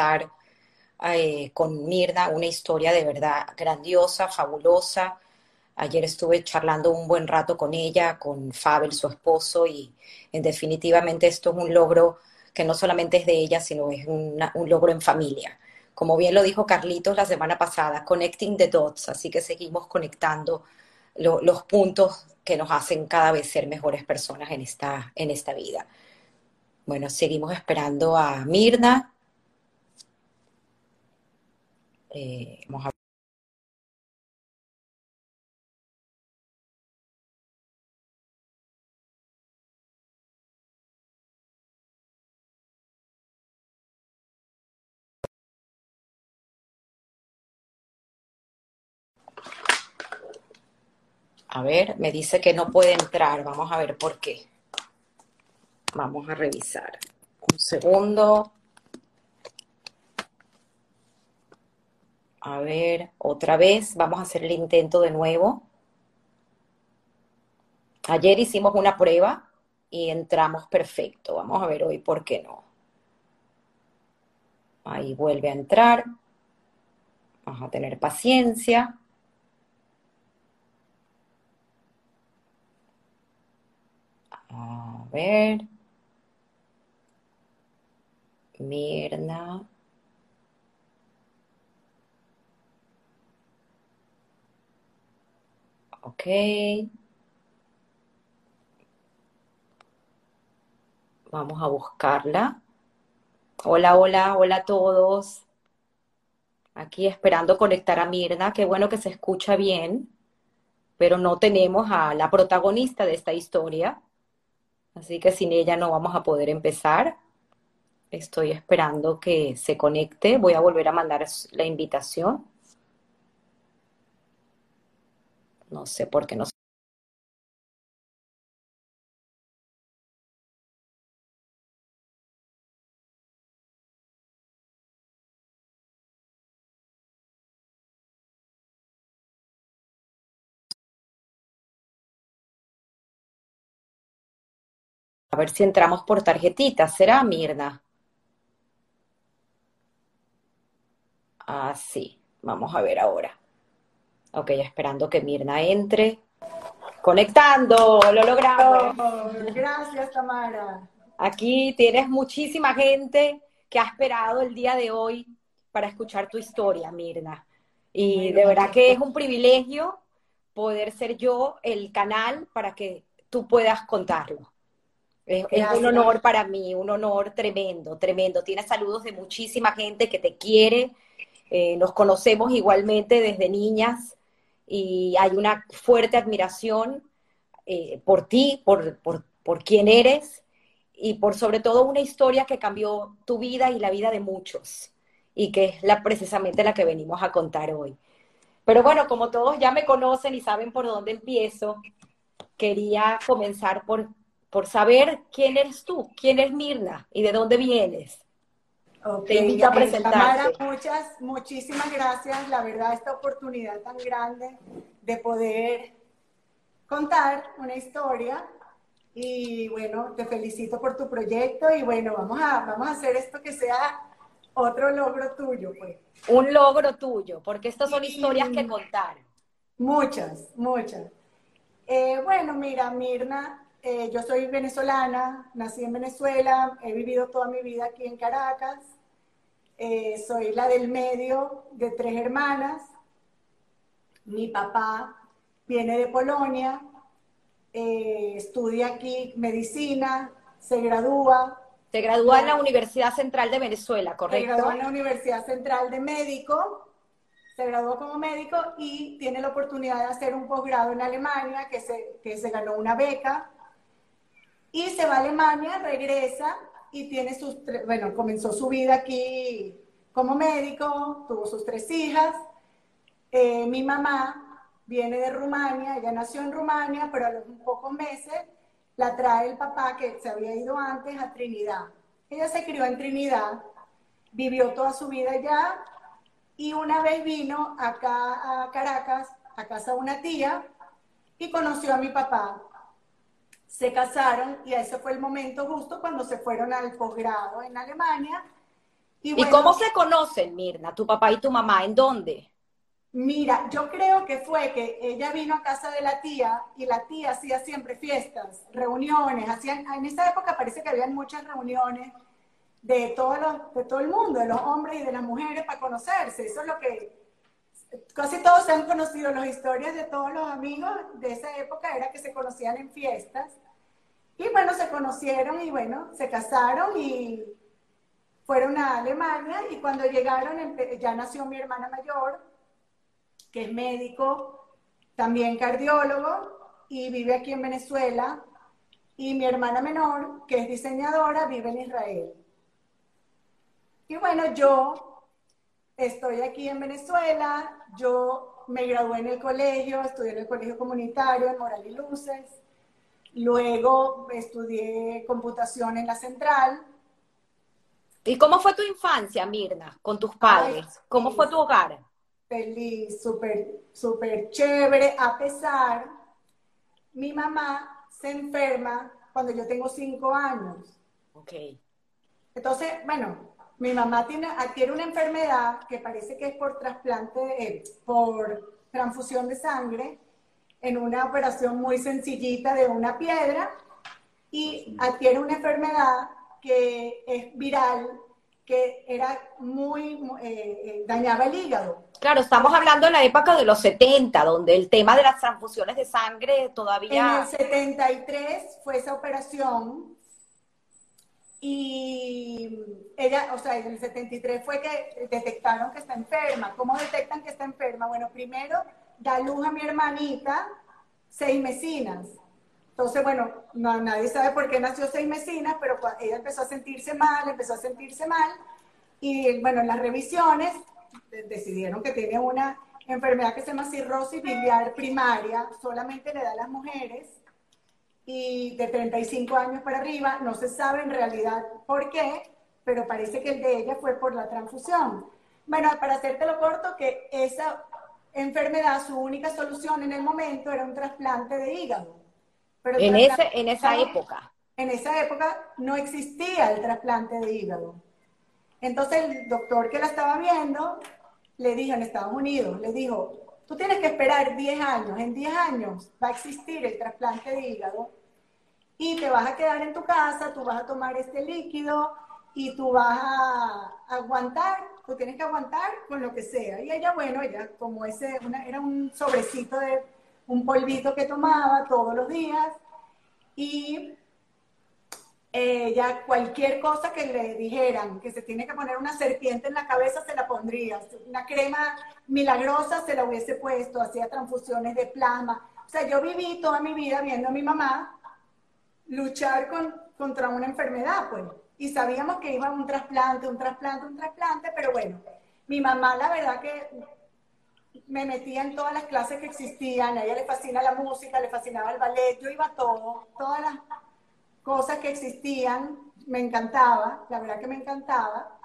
conversar con Mirna, una historia de verdad grandiosa, fabulosa. Ayer estuve charlando un buen rato con ella, con Fabel, su esposo, y definitivamente esto es un logro que no solamente es de ella, sino es un logro en familia. Como bien lo dijo Carlitos la semana pasada, connecting the dots, así que seguimos conectando los puntos que nos hacen cada vez ser mejores personas en esta vida. Bueno, seguimos esperando a Mirna. Vamos a ver, me dice que no puede entrar. Vamos a ver por qué. Vamos a revisar. Un segundo. A ver, otra vez. Vamos a hacer el intento de nuevo. Ayer hicimos una prueba y entramos perfecto. Vamos a ver hoy por qué no. Ahí vuelve a entrar. Vamos a tener paciencia. A ver. Mirna. Ok. Vamos a buscarla. Hola, hola, hola a todos. Aquí esperando conectar a Mirna. Qué bueno que se escucha bien, pero no tenemos a la protagonista de esta historia. Así que sin ella no vamos a poder empezar. Estoy esperando que se conecte. Voy a volver a mandar la invitación. No sé por qué no. A ver si entramos por tarjetita. ¿Será Mirna? Ah, sí. Vamos a ver ahora. Ok, esperando que Mirna entre. Conectando, lo logramos. Oh, gracias, Tamara. Aquí tienes muchísima gente que ha esperado el día de hoy para escuchar tu historia, Mirna. Y Bueno, de verdad muchas que es gracias. un privilegio poder ser yo el canal para que tú puedas contarlo. Es un Gracias. honor para mí, un honor tremendo, tremendo. Tienes saludos de muchísima gente que te quiere. Nos conocemos igualmente desde niñas y hay una fuerte admiración por ti, por quién eres y por sobre todo una historia que cambió tu vida y la vida de muchos y que es precisamente la que venimos a contar hoy. Pero bueno, como todos ya me conocen y saben por dónde empiezo, quería comenzar por saber quién eres tú, quién es Mirna y de dónde vienes. Ok, Te invito a Tamara, presentarte. muchísimas gracias. La verdad, esta oportunidad tan grande de poder contar una historia. Y bueno, te felicito por tu proyecto y bueno, vamos a hacer esto que sea otro logro tuyo, pues. Un logro tuyo, porque estas son historias que Y contar. muchas, muchas. Bueno, mira, Mirna, yo soy venezolana, nací en Venezuela, he vivido toda mi vida aquí en Caracas, soy la del medio de tres hermanas, mi papá viene de Polonia, estudia aquí medicina, se gradúa, Se gradúa en la lo, Universidad Central de Venezuela, se graduó ¿correcto? en la Universidad Central de Médico, se graduó como médico y tiene la oportunidad de hacer un posgrado en Alemania, que se ganó una beca. Y se va a Alemania, regresa y tiene bueno, comenzó su vida aquí como médico, tuvo sus tres hijas. Mi mamá viene de Rumania, ella nació en Rumania, pero a los pocos meses la trae el papá que se había ido antes a Trinidad. Ella se crió en Trinidad, vivió toda su vida allá y una vez vino acá a Caracas, a casa de una tía, y conoció a mi papá. Se casaron y ese fue el momento justo cuando se fueron al posgrado en Alemania Y ¿Y cómo bueno, se conocen, Mirna, tu papá y tu mamá? ¿En dónde? mira, yo creo que fue que ella vino a casa de la tía y la tía hacía siempre fiestas, reuniones, hacían, en esa época parece que habían muchas reuniones de todo el mundo, de los hombres y de las mujeres para conocerse. Eso es lo que casi todos se han conocido, las historias de todos los amigos de esa época era que se conocían en fiestas. Y bueno, se conocieron y bueno, se casaron y fueron a Alemania y cuando llegaron ya nació mi hermana mayor, que es médico, también cardiólogo y vive aquí en Venezuela. Y mi hermana menor, que es diseñadora, vive en Israel. Y bueno, yo estoy aquí en Venezuela, yo me gradué en el colegio, estudié en el colegio comunitario en Moral y Luces, luego estudié computación en la central. ¿Y cómo fue tu infancia, Mirna, con tus Ay, padres? ¿Cómo fue feliz, tu hogar? feliz, súper, súper chévere, a pesar, mi mamá se enferma cuando yo tengo 5 años. Ok. Entonces, bueno, mi mamá adquiere una enfermedad que parece que es por trasplante, por transfusión de sangre, en una operación muy sencillita de una piedra, y adquiere una enfermedad que es viral, que era dañaba el hígado. Claro, estamos hablando de la época de los 70, donde el tema de las transfusiones de sangre En el todavía... 73 fue esa operación y ella, o sea, en el 73 fue que detectaron que está enferma. ¿Cómo detectan que está enferma? Bueno, primero da luz a mi hermanita 6 mesinas. Entonces, bueno, no, nadie sabe por qué nació 6 mesinas, pero ella empezó a sentirse mal, y bueno, en las revisiones decidieron que tiene una enfermedad que se llama cirrosis biliar primaria, solamente le da a las mujeres, y de 35 años para arriba, no se sabe en realidad por qué, pero parece que el de ella fue por la transfusión. Bueno, para hacértelo corto, que esa enfermedad, su única solución en el momento era un trasplante de hígado. Pero el trasplante En de esa hígado, época. en esa época no existía el trasplante de hígado. Entonces el doctor que la estaba viendo le dijo en Estados Unidos, le dijo, tú tienes que esperar 10 años, en 10 años va a existir el trasplante de hígado y te vas a quedar en tu casa, tú vas a tomar este líquido y tú vas a aguantar, tú tienes que aguantar con lo que sea. Y ella, bueno, ella como era un sobrecito de un polvito que tomaba todos los días y ya cualquier cosa que le dijeran, que se tiene que poner una serpiente en la cabeza, se la pondría. Una crema milagrosa se la hubiese puesto, hacía transfusiones de plasma. O sea, yo viví toda mi vida viendo a mi mamá luchar contra una enfermedad, pues. Y sabíamos que iba a un trasplante, un trasplante, un trasplante, pero bueno, mi mamá la verdad que me metía en todas las clases que existían, a ella le fascina la música, le fascinaba el ballet, yo iba a todo, todas las cosas que existían, me encantaba, la verdad que me encantaba.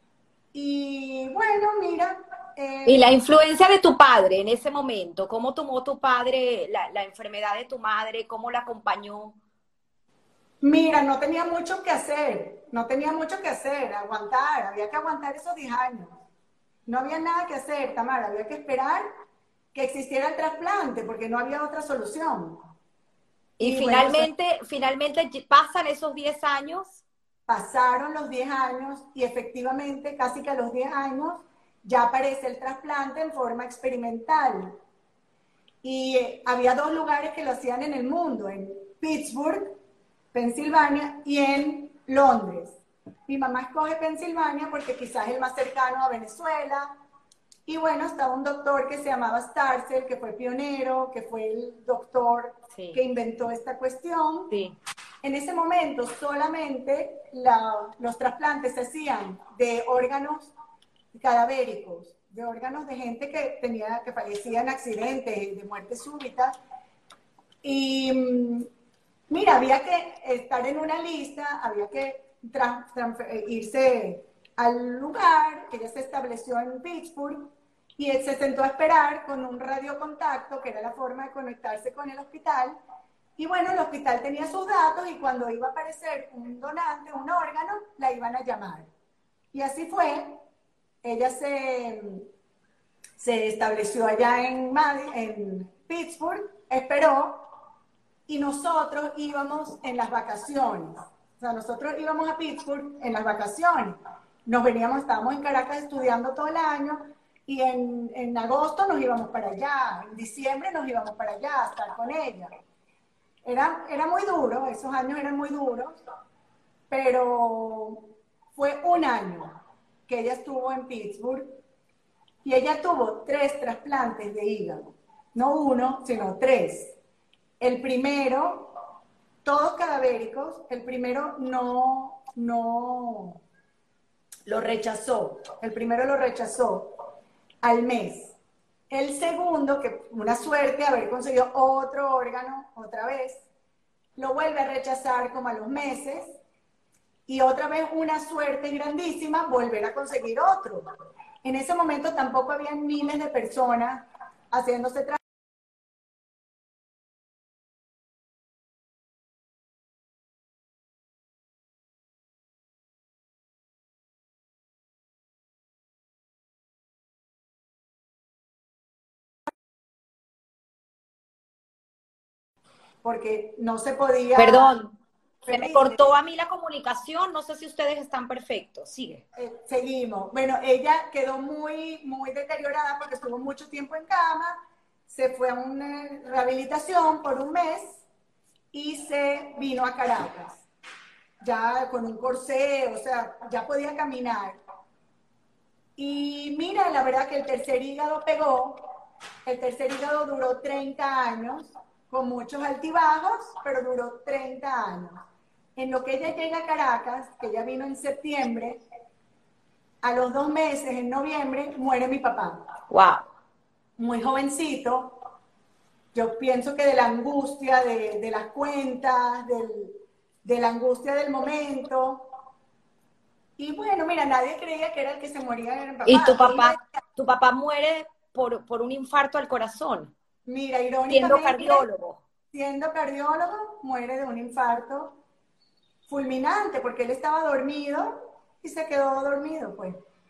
Y bueno, mira, Y la influencia de tu padre en ese momento, ¿cómo tomó tu padre la enfermedad de tu madre? ¿Cómo la acompañó? mira, no tenía mucho que hacer, no tenía mucho que hacer, aguantar, había que aguantar esos 10 años. No había nada que hacer, Tamara, había que esperar que existiera el trasplante porque no había otra solución. Y Y bueno, finalmente pasan esos 10 años. pasaron los 10 años y efectivamente casi que a los 10 años ya aparece el trasplante en forma experimental. Y había dos lugares que lo hacían en el mundo, en Pittsburgh, Pensilvania, y en Londres. Mi mamá escoge Pensilvania porque quizás es el más cercano a Venezuela. Y bueno, estaba un doctor que se llamaba Starzl, que fue pionero, que fue el doctor que Sí, inventó esta cuestión. sí. En ese momento solamente los trasplantes se hacían de órganos cadavéricos, de órganos de gente que fallecía en accidentes, de muerte súbita. Y mira, había que estar en una lista, había que irse al lugar, que ya se estableció en Pittsburgh, y él se sentó a esperar con un radiocontacto, que era la forma de conectarse con el hospital. Y bueno, el hospital tenía sus datos y cuando iba a aparecer un donante, un órgano, la iban a llamar. Y así fue. Ella se estableció allá en Pittsburgh, esperó, y nosotros íbamos en las vacaciones. O sea, nosotros íbamos a Pittsburgh en las vacaciones. Nos veníamos, estábamos en Caracas estudiando todo el año, y en agosto nos íbamos para allá, en diciembre nos íbamos para allá a estar con ella. Era muy duro, esos años eran muy duros, pero fue un año que ella estuvo en Pittsburgh y ella tuvo 3 trasplantes de hígado. No uno, sino 3. El primero, todos cadavéricos, el primero no lo rechazó. El primero lo rechazó al mes. El segundo, que una suerte haber conseguido otro órgano otra vez, lo vuelve a rechazar como a los meses, y otra vez una suerte grandísima volver a conseguir otro. En ese momento tampoco había miles de personas haciéndose trabajo. Porque no se podía Perdón, se me permitir. cortó a mí la comunicación, no sé si ustedes están perfectos. Sigue. Seguimos. Bueno, ella quedó muy deteriorada porque estuvo mucho tiempo en cama, se fue a una rehabilitación por un mes y se vino a Caracas, ya con un corsé, o sea, ya podía caminar. Y mira, la verdad que el tercer hígado pegó, el tercer hígado duró 30 años, con muchos altibajos, pero duró 30 años. En lo que ella llega a Caracas, que ella vino en septiembre, a los 2 meses, en noviembre, muere mi papá. Wow. Muy jovencito. Yo pienso que de la angustia, de las cuentas, de la angustia del momento. Y bueno, mira, nadie creía que era el que se moría, era mi Y papá. tu papá muere por un infarto al corazón, Mira, siendo irónicamente, cardiólogo. siendo cardiólogo, muere de un infarto fulminante, porque él estaba dormido y se quedó dormido, pues.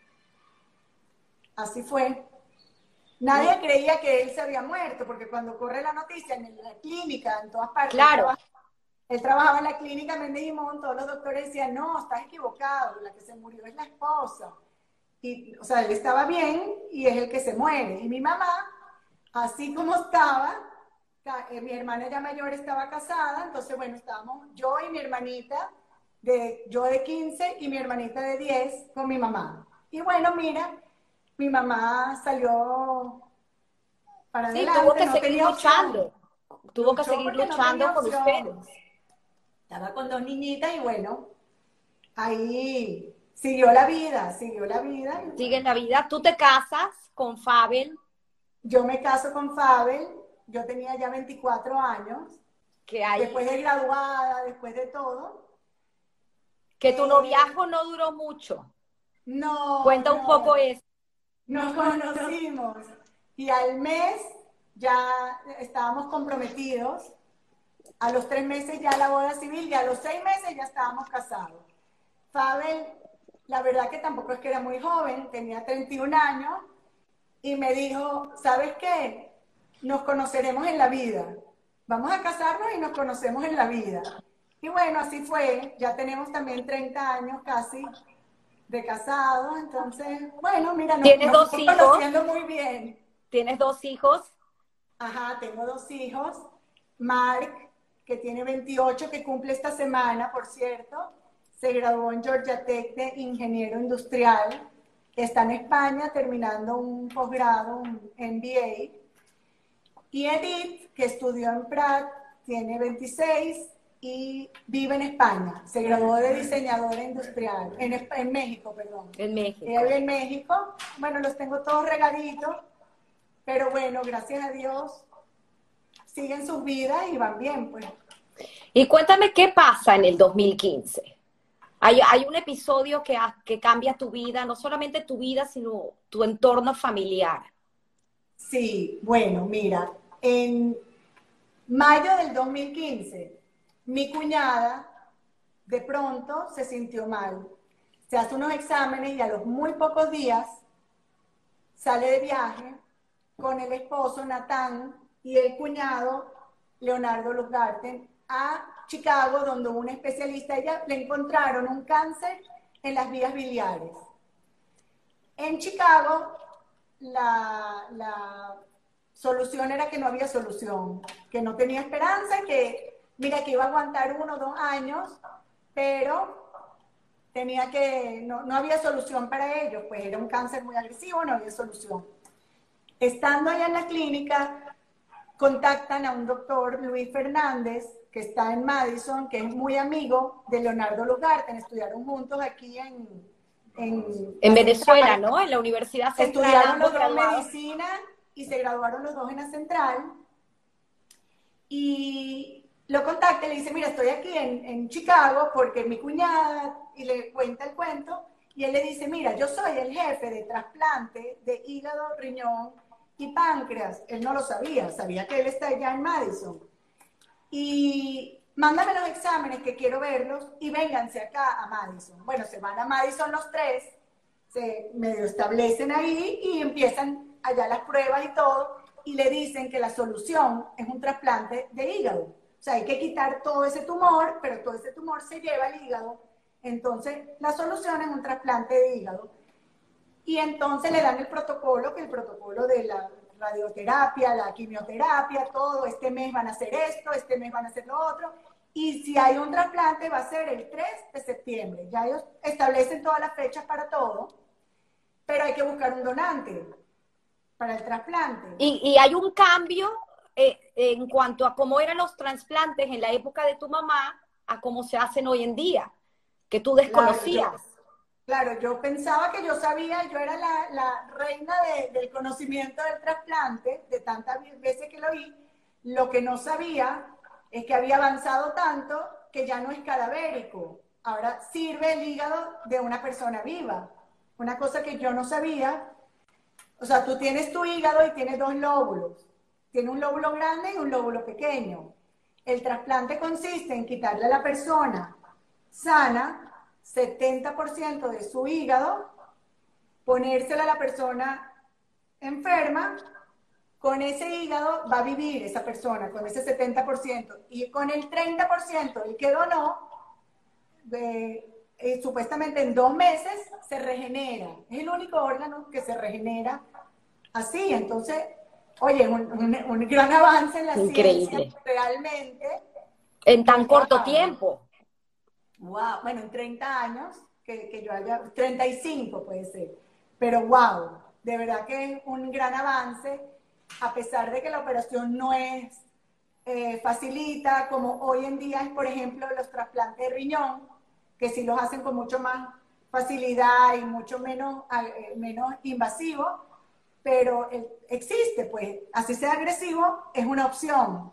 Así fue. Nadie creía que él se había muerto, porque cuando corre la noticia en la clínica, en todas partes, Claro. él trabajaba en la clínica Méndez Simón, todos los doctores decían, no, estás equivocado, la que se murió es la esposa. Y, o sea, él estaba bien y es el que se muere. Y mi mamá, así como estaba, mi hermana ya mayor estaba casada, entonces, bueno, estábamos yo y mi hermanita, yo de 15 y mi hermanita de 10 con mi mamá. Y bueno, mira, mi mamá salió para Sí, tuvo adelante, que no seguir tenía opción. luchando. Tuvo que Luchó seguir porque no tenía luchando por opción. ustedes. Estaba con 2 niñitas y bueno, ahí siguió la vida, siguió la vida. Sigue en la vida. Tú te casas con Fabel, Yo me caso con Fabel, yo tenía ya 24 años, que hay, después de graduada, después de todo. que tu Eh, noviazgo no duró mucho. no, Cuenta un poco no, eso. nos conocimos y al mes ya estábamos comprometidos, a los 3 meses ya la boda civil y a los 6 meses ya estábamos casados. Fabel, la verdad que tampoco es que era muy joven, tenía 31 años y me dijo, ¿sabes qué? Nos conoceremos en la vida. Vamos a casarnos y nos conocemos en la vida. Y bueno, así fue. Ya tenemos también 30 años casi de casados. Entonces, bueno, mira, Tienes nos dos fuimos hijos, conociendo muy bien. tienes 2 hijos. Ajá, tengo 2 hijos. Mark, que tiene 28, que cumple esta semana, por cierto. Se graduó en Georgia Tech de ingeniero industrial. Está en España terminando un posgrado, un MBA. Y Edith, que estudió en Pratt, tiene 26 y vive en España. Se graduó de diseñadora industrial, en México, perdón. En Ella México. vive en México. Bueno, los tengo todos regaditos, pero bueno, gracias a Dios, siguen sus vidas y van bien, pues. Y cuéntame qué pasa en el 2015. Hay un episodio que cambia tu vida, no solamente tu vida, sino tu entorno familiar. Sí, bueno, mira, en mayo del 2015, mi cuñada de pronto se sintió mal. se hace unos exámenes y a los muy pocos días sale de viaje con el esposo Natán y el cuñado Leonardo Luzgarten a Chicago, donde un especialista, ella le encontraron un cáncer en las vías biliares. En Chicago, la solución era que no había solución, que no tenía esperanza, que mira que iba a aguantar 1 o 2 años, pero tenía que, no había solución para ellos, pues era un cáncer muy agresivo, no había solución. Estando allá en la clínica, contactan a un doctor, Luis Fernández, que está en Madison, que es muy amigo de Leonardo Luzgarten, estudiaron juntos aquí En Venezuela, ¿no? En la Universidad Central, estudiaron ambos los dos graduados. medicina y se graduaron los dos en la Central. Y lo contacta y le dice, mira, estoy aquí en Chicago porque mi cuñada, y le cuenta el cuento, y él le dice, mira, yo soy el jefe de trasplante de hígado, riñón y páncreas. Él no lo sabía, sabía que él está allá en Madison. Y mándame los exámenes que quiero verlos y vénganse acá a Madison. Bueno, se van a Madison los tres, se medio establecen ahí y empiezan allá las pruebas y todo, y le dicen que la solución es un trasplante de hígado. O sea, hay que quitar todo ese tumor, pero todo ese tumor se lleva al hígado. Entonces, la solución es un trasplante de hígado. Y entonces le dan el protocolo, que el protocolo de la radioterapia, la quimioterapia, todo, este mes van a hacer esto, este mes van a hacer lo otro. Y si hay un trasplante va a ser el 3 de septiembre. Ya ellos establecen todas las fechas para todo, pero hay que buscar un donante para el trasplante. Y hay un cambio en cuanto a cómo eran los trasplantes en la época de tu mamá a cómo se hacen hoy en día, que tú desconocías. Claro, yo pensaba que yo sabía, yo era la reina del conocimiento del trasplante, de tantas veces que lo oí. Lo que no sabía es que había avanzado tanto que ya no es cadavérico. Ahora sirve el hígado de una persona viva. Una cosa que yo no sabía. O sea, tú tienes tu hígado y tienes 2 lóbulos. Tiene un lóbulo grande y un lóbulo pequeño. El trasplante consiste en quitarle a la persona sana 70% de su hígado, ponérselo a la persona enferma, con ese hígado va a vivir esa persona, con ese 70%, y con el 30%, el que donó, supuestamente en 2 meses se regenera. Es el único órgano que se regenera así. Entonces, oye, un gran avance en la Increíble. ciencia, realmente. En tan corto tiempo. Wow, bueno, en 30 años, que yo haya, 35 puede ser, pero wow, de verdad que es un gran avance, a pesar de que la operación no es facilita, como hoy en día es, por ejemplo, los trasplantes de riñón, que sí los hacen con mucho más facilidad y mucho menos invasivo, pero existe, pues, así sea agresivo, es una opción.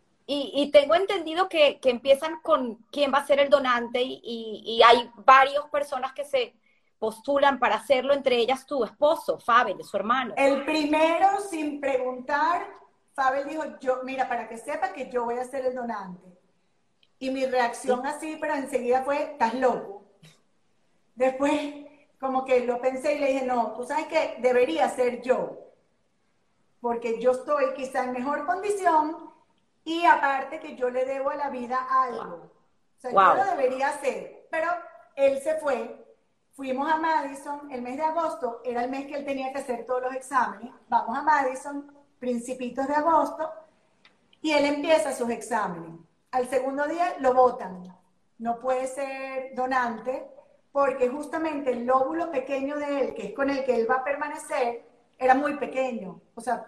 Y tengo entendido que empiezan con quién va a ser el donante y hay varias personas que se postulan para hacerlo, entre ellas tu esposo, Fabel, su hermano. El primero, sin preguntar, Fabel dijo, mira, para que sepa que yo voy a ser el donante. Y mi reacción así, pero enseguida fue, estás loco. Después, como que lo pensé y le dije, no, tú sabes que debería ser yo, porque yo estoy quizá en mejor condición y aparte que yo le debo a la vida algo. O sea, yo lo debería hacer. Pero él se fue, fuimos a Madison, el mes de agosto era el mes que él tenía que hacer todos los exámenes. Vamos a Madison, principitos de agosto, y él empieza sus exámenes. Al segundo día lo botan. No puede ser donante porque justamente el lóbulo pequeño de él, que es con el que él va a permanecer, era muy pequeño, o sea,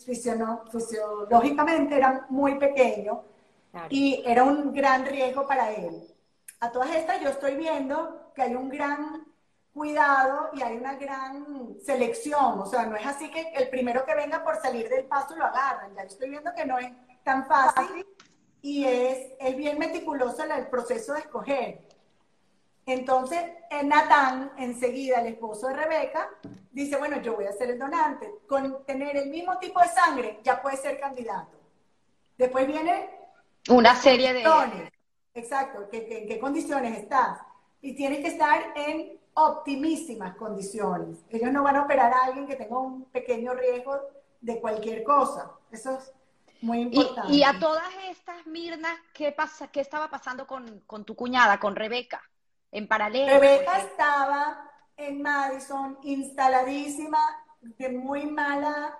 fisiológicamente era muy pequeño, claro, y era un gran riesgo para él. A todas estas yo estoy viendo que hay un gran cuidado y hay una gran selección, o sea, no es así que el primero que venga por salir del paso lo agarran, ya estoy viendo que no es tan fácil y es bien meticuloso el proceso de escoger. Entonces, Natán, enseguida, el esposo de Rebeca, dice, bueno, yo voy a ser el donante. Con tener el mismo tipo de sangre, ya puede ser candidato. Después viene una serie de... Exacto, en qué condiciones estás. Y tienes que estar en optimísimas condiciones. Ellos no van a operar a alguien que tenga un pequeño riesgo de cualquier cosa. Eso es muy Y a importante. todas estas, Mirna, ¿qué estaba pasando con tu cuñada, con Rebeca, en paralelo? Rebeca Porque estaba en Madison instaladísima, de muy mala,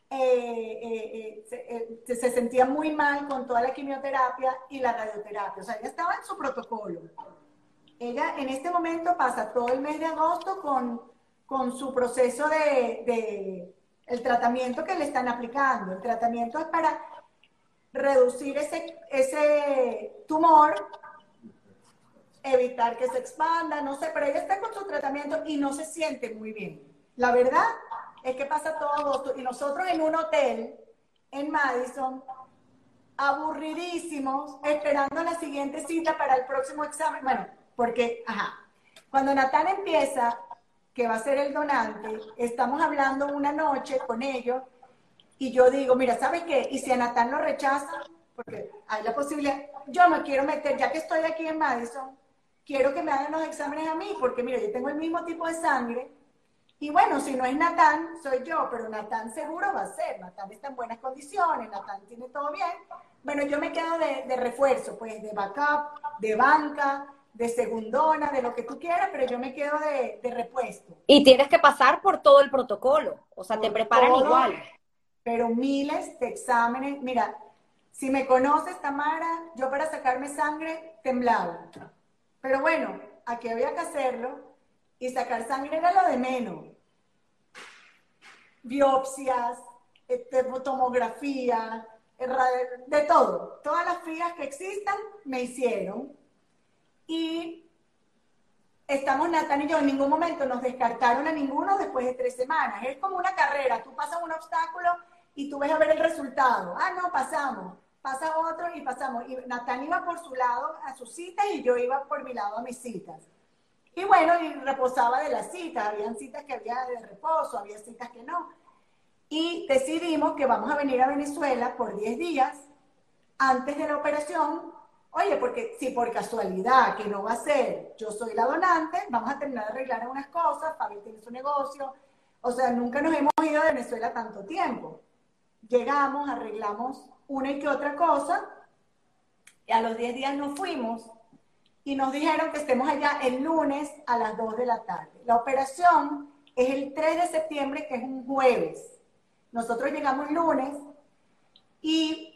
se sentía muy mal con toda la quimioterapia y la radioterapia. O sea, ella estaba en su protocolo. Ella en este momento pasa todo el mes de agosto con su proceso el tratamiento que le están aplicando. El tratamiento es para reducir ese tumor, evitar que se expanda, no sé, pero ella está con su tratamiento y no se siente muy bien. La verdad es que pasa todo agosto y nosotros en un hotel en Madison, aburridísimos, esperando la siguiente cita para el próximo examen. Bueno, porque, cuando Natán empieza, que va a ser el donante, estamos hablando una noche con ellos y yo digo, mira, ¿sabes qué? Y si a Natán lo rechazan, porque hay la posibilidad, yo me quiero meter, ya que estoy aquí en Madison, quiero que me hagan los exámenes a mí, porque mira, yo tengo el mismo tipo de sangre, y bueno, si no es Natán, soy yo, pero Natán seguro va a ser, Natán está en buenas condiciones, Natán tiene todo bien, bueno, yo me quedo de refuerzo, pues de backup, de banca, de segundona, de lo que tú quieras, pero yo me quedo de repuesto. Y tienes que pasar por todo el protocolo, o sea, te Por preparan todo, igual. pero miles de exámenes. Mira, si me conoces, Tamara, yo para sacarme sangre temblaba. Pero bueno, aquí había que hacerlo y sacar sangre era lo de menos. Biopsias, tomografía, de todo. Todas las filas que existan me hicieron. Y estamos Natán y yo, en ningún momento nos descartaron a ninguno después de 3 semanas. Es como una carrera, tú pasas un obstáculo y tú ves a ver el resultado. Ah, no, pasamos. Pasa otro y pasamos. Y Natán iba por su lado a sus citas y yo iba por mi lado a mis citas. Y bueno, y reposaba de las citas. Habían citas que había de reposo, había citas que no. Y decidimos que vamos a venir a Venezuela por 10 días antes de la operación. Oye, porque si por casualidad, que no va a ser, yo soy la donante, vamos a terminar de arreglar algunas cosas, Fabi tiene su negocio, o sea, nunca nos hemos ido de Venezuela tanto tiempo. Llegamos, arreglamos una y que otra cosa, y a los 10 días nos fuimos, y nos dijeron que estemos allá el lunes a las 2 de la tarde. La operación es el 3 de septiembre, que es un jueves. Nosotros llegamos el lunes, y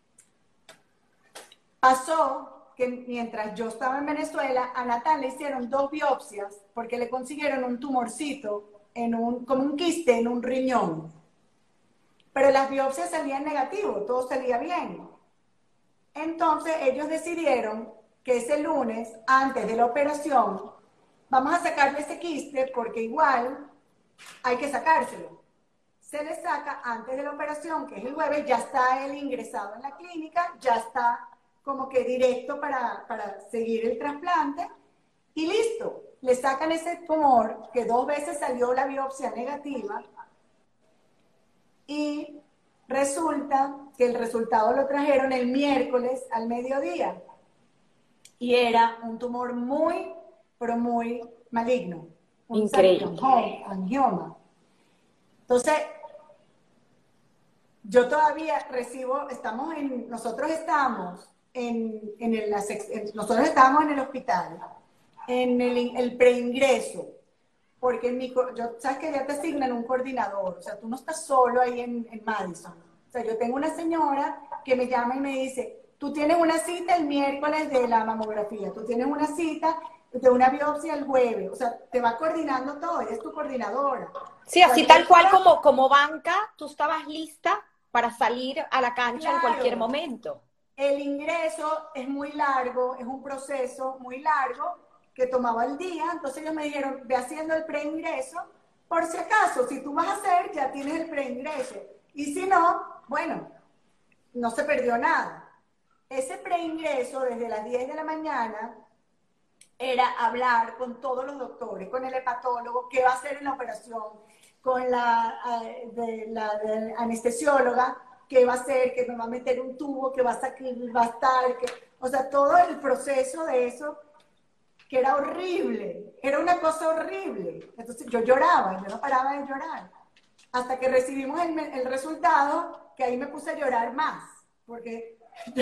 pasó que mientras yo estaba en Venezuela, a Natán le hicieron 2 biopsias porque le consiguieron un tumorcito, como un quiste en un riñón. Pero las biopsias salían negativos, todo salía bien. Entonces ellos decidieron que ese lunes, antes de la operación, vamos a sacarle ese quiste porque igual hay que sacárselo. Se le saca antes de la operación, que es el jueves, ya está él ingresado en la clínica, ya está como que directo para seguir el trasplante y listo. Le sacan ese tumor que 2 veces salió la biopsia negativa y resulta que el resultado lo trajeron el miércoles al mediodía y era un tumor muy, pero muy maligno, un Increíble. angioma. Entonces, yo todavía recibo, nosotros estábamos nosotros estábamos en el hospital, en el preingreso, porque sabes que ya te asignan un coordinador, o sea, tú no estás solo ahí en Madison. O sea, yo tengo una señora que me llama y me dice, tú tienes una cita el miércoles de la mamografía, tú tienes una cita de una biopsia el jueves, o sea, te va coordinando todo, ella es tu coordinadora. Sí, así tal cual como banca, tú estabas lista para salir a la cancha en cualquier Claro, momento. el ingreso es muy largo, es un proceso muy largo que tomaba el día, entonces ellos me dijeron, ve haciendo el preingreso, por si acaso, si tú vas a hacer, ya tienes el preingreso, y si no, bueno, no se perdió nada. Ese preingreso desde las 10 de la mañana era hablar con todos los doctores, con el hepatólogo, qué va a hacer en la operación, con la anestesióloga, qué va a hacer, que me va a meter un tubo, que va a estar, o sea, todo el proceso de eso, que era horrible. era una cosa horrible. Entonces yo lloraba, yo no paraba de llorar. Hasta que recibimos el resultado, que ahí me puse a llorar más, porque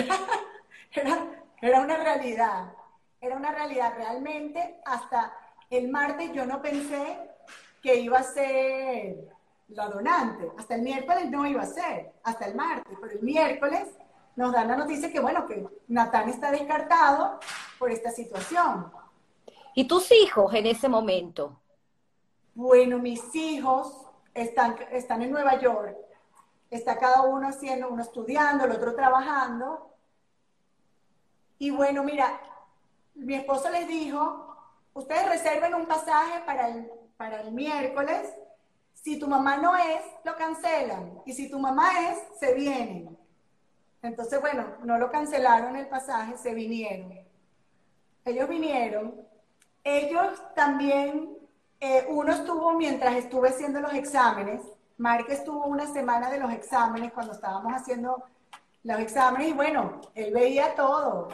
era una realidad. Era una realidad realmente. Hasta el martes yo no pensé que iba a ser la donante. Hasta el miércoles no iba a ser, hasta el martes. Pero el miércoles nos dan la noticia que, bueno, que Natán está descartado por esta situación. ¿Y tus hijos en ese momento? Bueno, mis hijos están en Nueva York. Está cada uno haciendo, uno estudiando, el otro trabajando. Y bueno, mira, mi esposo les dijo, ustedes reserven un pasaje para el miércoles. Si tu mamá no es, lo cancelan. Y si tu mamá es, se vienen. Entonces, bueno, no lo cancelaron el pasaje, se vinieron. Ellos vinieron. Ellos también, uno estuvo mientras estuve haciendo los exámenes. Mark estuvo una semana de los exámenes cuando estábamos haciendo los exámenes y bueno, él veía todo.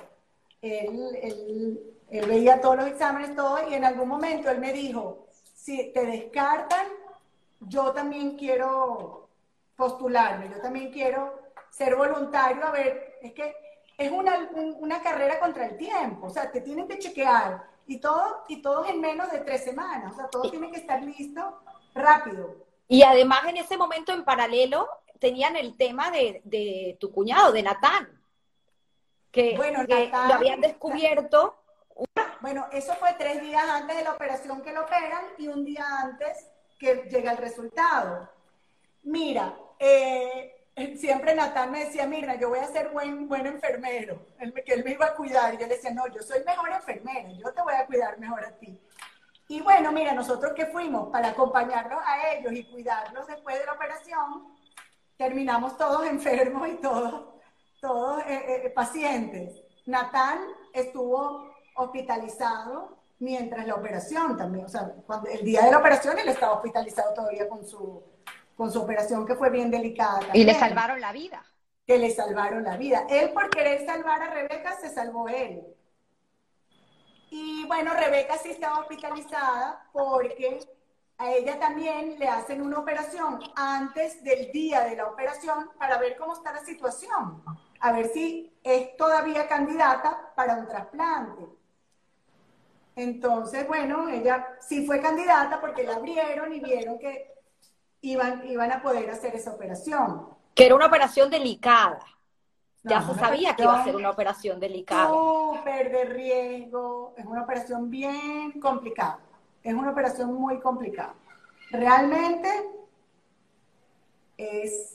Él veía todos los exámenes, todo, y en algún momento él me dijo, si te descartan, yo también quiero postularme, yo también quiero ser voluntario, a ver, es que es una carrera contra el tiempo, o sea, te tienen que chequear, y todo en menos de 3 semanas, o sea, todo tiene que estar listo rápido. Y además en ese momento en paralelo tenían el tema de tu cuñado, de Natán, Bueno, que Natán, lo habían descubierto. Bueno, eso fue 3 días antes de la operación que lo operan y un día antes que llega el resultado. Mira, siempre Natán me decía, mira, yo voy a ser buen enfermero, que él me iba a cuidar. Y yo le decía, no, yo soy mejor enfermera, yo te voy a cuidar mejor a ti. Y bueno, mira, nosotros que fuimos para acompañarlos a ellos y cuidarlos después de la operación, terminamos todos enfermos y todos pacientes. Natán estuvo hospitalizado mientras la operación también, o sea, el día de la operación él estaba hospitalizado todavía con su operación que fue bien delicada también. Y le salvaron la vida. Que le salvaron la vida. Él por querer salvar a Rebeca se salvó él. Y bueno, Rebeca sí estaba hospitalizada porque a ella también le hacen una operación antes del día de la operación para ver cómo está la situación, a ver si es todavía candidata para un trasplante. Entonces, bueno, ella sí fue candidata porque la abrieron y vieron que iban a poder hacer esa operación. Que era una operación delicada. No, Ya se sabía que iba a ser una operación delicada. Súper de riesgo, es una operación bien complicada, es una operación muy complicada. Realmente es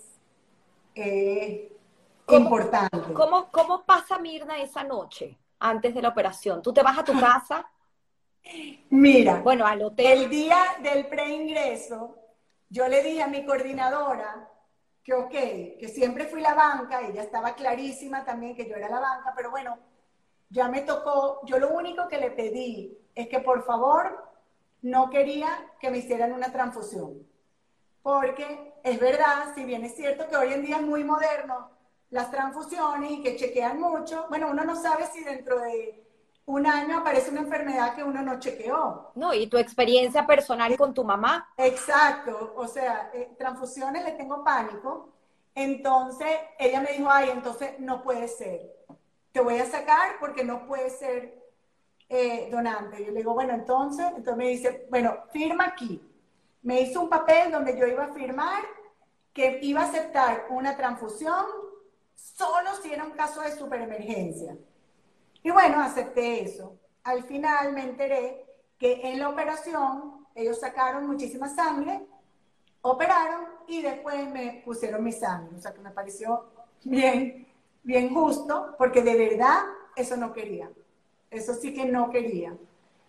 importante. ¿Cómo pasa Mirna esa noche antes de la operación? ¿Tú te vas a tu casa? Mira, bueno, al hotel. El día del preingreso, yo le dije a mi coordinadora que ok, que siempre fui la banca, ella estaba clarísima también que yo era la banca, pero bueno, ya me tocó, yo lo único que le pedí es que por favor no quería que me hicieran una transfusión, porque es verdad, si bien es cierto que hoy en día es muy moderno las transfusiones y que chequean mucho, bueno, uno no sabe si dentro de un año aparece una enfermedad que uno no chequeó. No, y tu experiencia personal con tu mamá. Exacto, o sea, transfusiones le tengo pánico. Entonces ella me dijo, ay, entonces no puede ser. Te voy a sacar porque no puede ser donante. Yo le digo, bueno, entonces me dice, bueno, firma aquí. Me hizo un papel donde yo iba a firmar que iba a aceptar una transfusión solo si era un caso de superemergencia. Y bueno, acepté eso. Al final me enteré que en la operación ellos sacaron muchísima sangre, operaron y después me pusieron mi sangre. O sea que me pareció bien justo, porque de verdad eso no quería. Eso sí que no quería.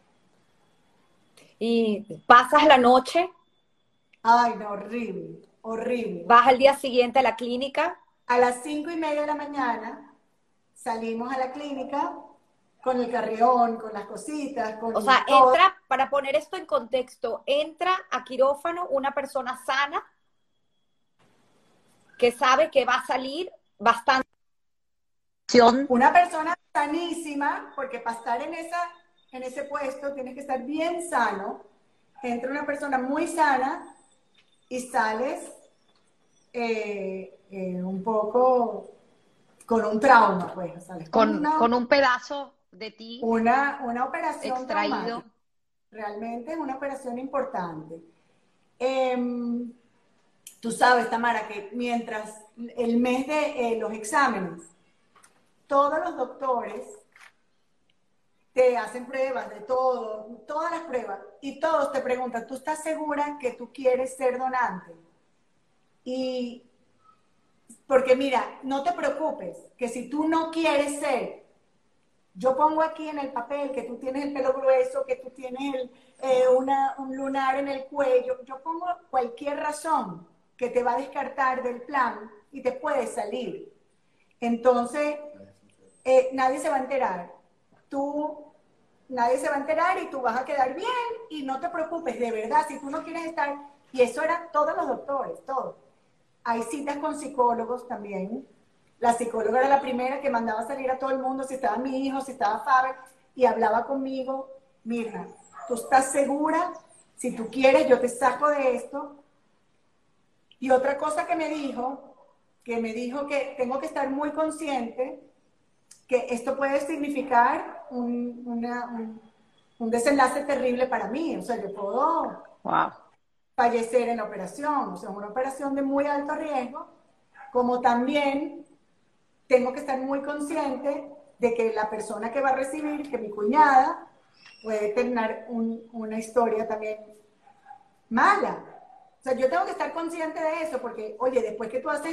¿Y pasas la noche? Ay, no, horrible, horrible. ¿Vas al día siguiente a la clínica? A las 5:30 de la mañana salimos a la clínica con el carrión, con las cositas, con o sea, todo. entra, para poner esto en contexto, entra a quirófano una persona sana que sabe que va a salir bastante. Una persona sanísima, porque para estar en en ese puesto, tienes que estar bien sano. Entra una persona muy sana y sales un poco con un trauma, pues, sales con Con un pedazo de ti una operación extraído. traumática. Realmente es una operación importante. Eh, Tú sabes, Tamara, que mientras el mes de los exámenes, todos los doctores te hacen pruebas de todo, todas las pruebas, y todos te preguntan, ¿tú estás segura que tú quieres ser donante? Y porque mira, no te preocupes, que si tú no quieres ser, yo pongo aquí en el papel que tú tienes el pelo grueso, que tú tienes un lunar en el cuello, yo pongo cualquier razón que te va a descartar del plan y te puede salir. Entonces, nadie se va a enterar. Nadie se va a enterar y tú vas a quedar bien y no te preocupes, de verdad, si tú no quieres estar, y eso era todos los doctores, todos. Hay citas con psicólogos también. La psicóloga era la primera que mandaba salir a todo el mundo, si estaba mi hijo, si estaba Faber, y hablaba conmigo, Mirna, ¿tú estás segura? Si tú quieres, yo te saco de esto. Y otra cosa que me dijo que tengo que estar muy consciente que esto puede significar un desenlace terrible para mí. O sea, yo puedo Wow. fallecer en la operación. O sea, una operación de muy alto riesgo, como también tengo que estar muy consciente de que la persona que va a recibir, que mi cuñada, puede tener una historia también mala. O sea, yo tengo que estar consciente de eso, porque, oye, después que tú haces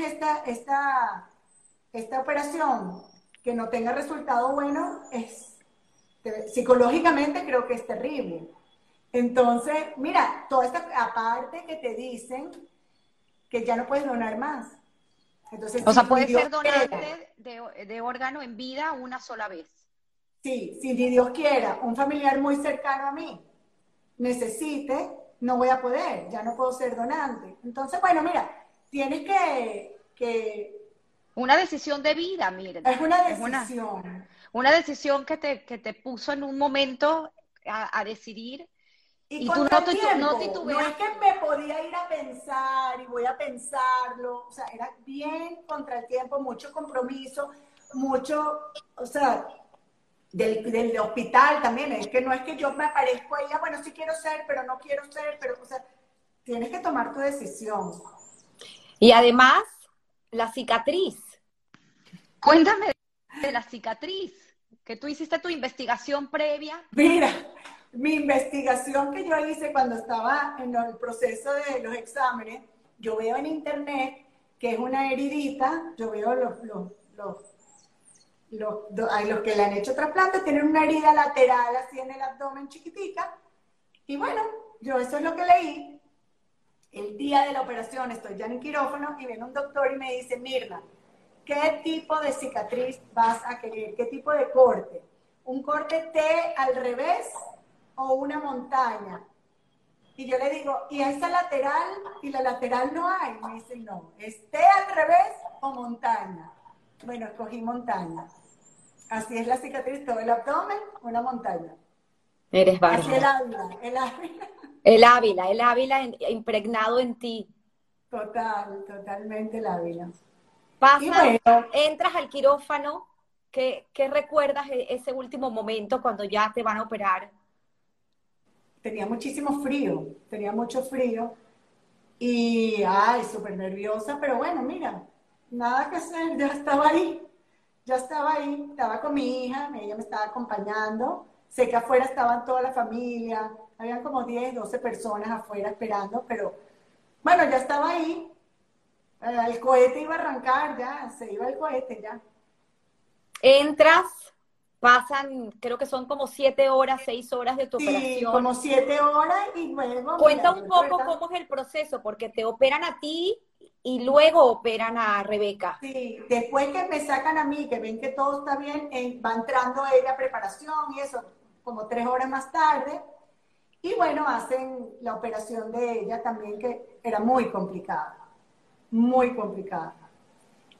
esta operación, que no tenga resultado bueno, psicológicamente creo que es terrible. Entonces, mira, toda esta aparte que te dicen que ya no puedes donar más. Entonces, O sea, si puede Dios ser quiera, donante de órgano en vida una sola vez. sí, si Dios quiera, un familiar muy cercano a mí necesite, no voy a poder, ya no puedo ser donante. Entonces, bueno, mira, tienes que Una decisión de vida, es Mirna. una Es decisión. una decisión que te puso en un momento a decidir Y y tú contra el no tiempo, no es que titubeaste. me podía ir a pensar y voy a pensarlo, o sea, era bien contra el tiempo, mucho compromiso, mucho, o sea, del hospital también, es que no es que yo me aparezco ahí, bueno, sí quiero ser, pero no quiero ser, pero, o sea, tienes que tomar tu decisión. Y además, la cicatriz. Cuéntame de la cicatriz, que tú hiciste tu investigación previa. Mira, mi investigación que yo hice cuando estaba en el proceso de los exámenes, yo veo en internet que es una heridita, yo veo a los que le han hecho trasplante, tienen una herida lateral así en el abdomen chiquitica, y bueno, yo eso es lo que leí. El día de la operación estoy ya en el quirófano y viene un doctor y me dice, Mirna, ¿qué tipo de cicatriz vas a querer? ¿Qué tipo de corte? ¿Un corte T al revés o una montaña? Y yo le digo, ¿y esa lateral? Y la lateral no hay. Me dice, no, ¿es T al revés o montaña? Bueno, escogí montaña. Así es la cicatriz, todo el abdomen, una montaña. Eres Así el bárbara. Ávila, el Ávila. El Ávila impregnado en ti. Totalmente el Ávila. Y Pasan, bueno, entras al quirófano, ¿qué recuerdas ese último momento cuando ya te van a operar? tenía mucho frío y, ay, súper nerviosa, pero bueno, mira, nada que hacer, ya estaba ahí, estaba con mi hija, ella me estaba acompañando, sé que afuera estaban toda la familia, habían como 10 12 personas afuera esperando, pero bueno, ya estaba ahí, el cohete iba a arrancar ya, se iba el cohete ya. Entras, pasan, creo que son como 7 horas, 6 horas de tu Sí, como operación. 7 horas y luego, Cuenta mira, un yo de poco verdad. cómo es el proceso, porque te operan a ti y luego operan a Rebeca. Sí, después que me sacan a mí, que ven que todo está bien, va entrando ella a preparación y eso, como 3 horas más tarde. Y bueno, hacen la operación de ella también, que era muy complicada, muy complicada.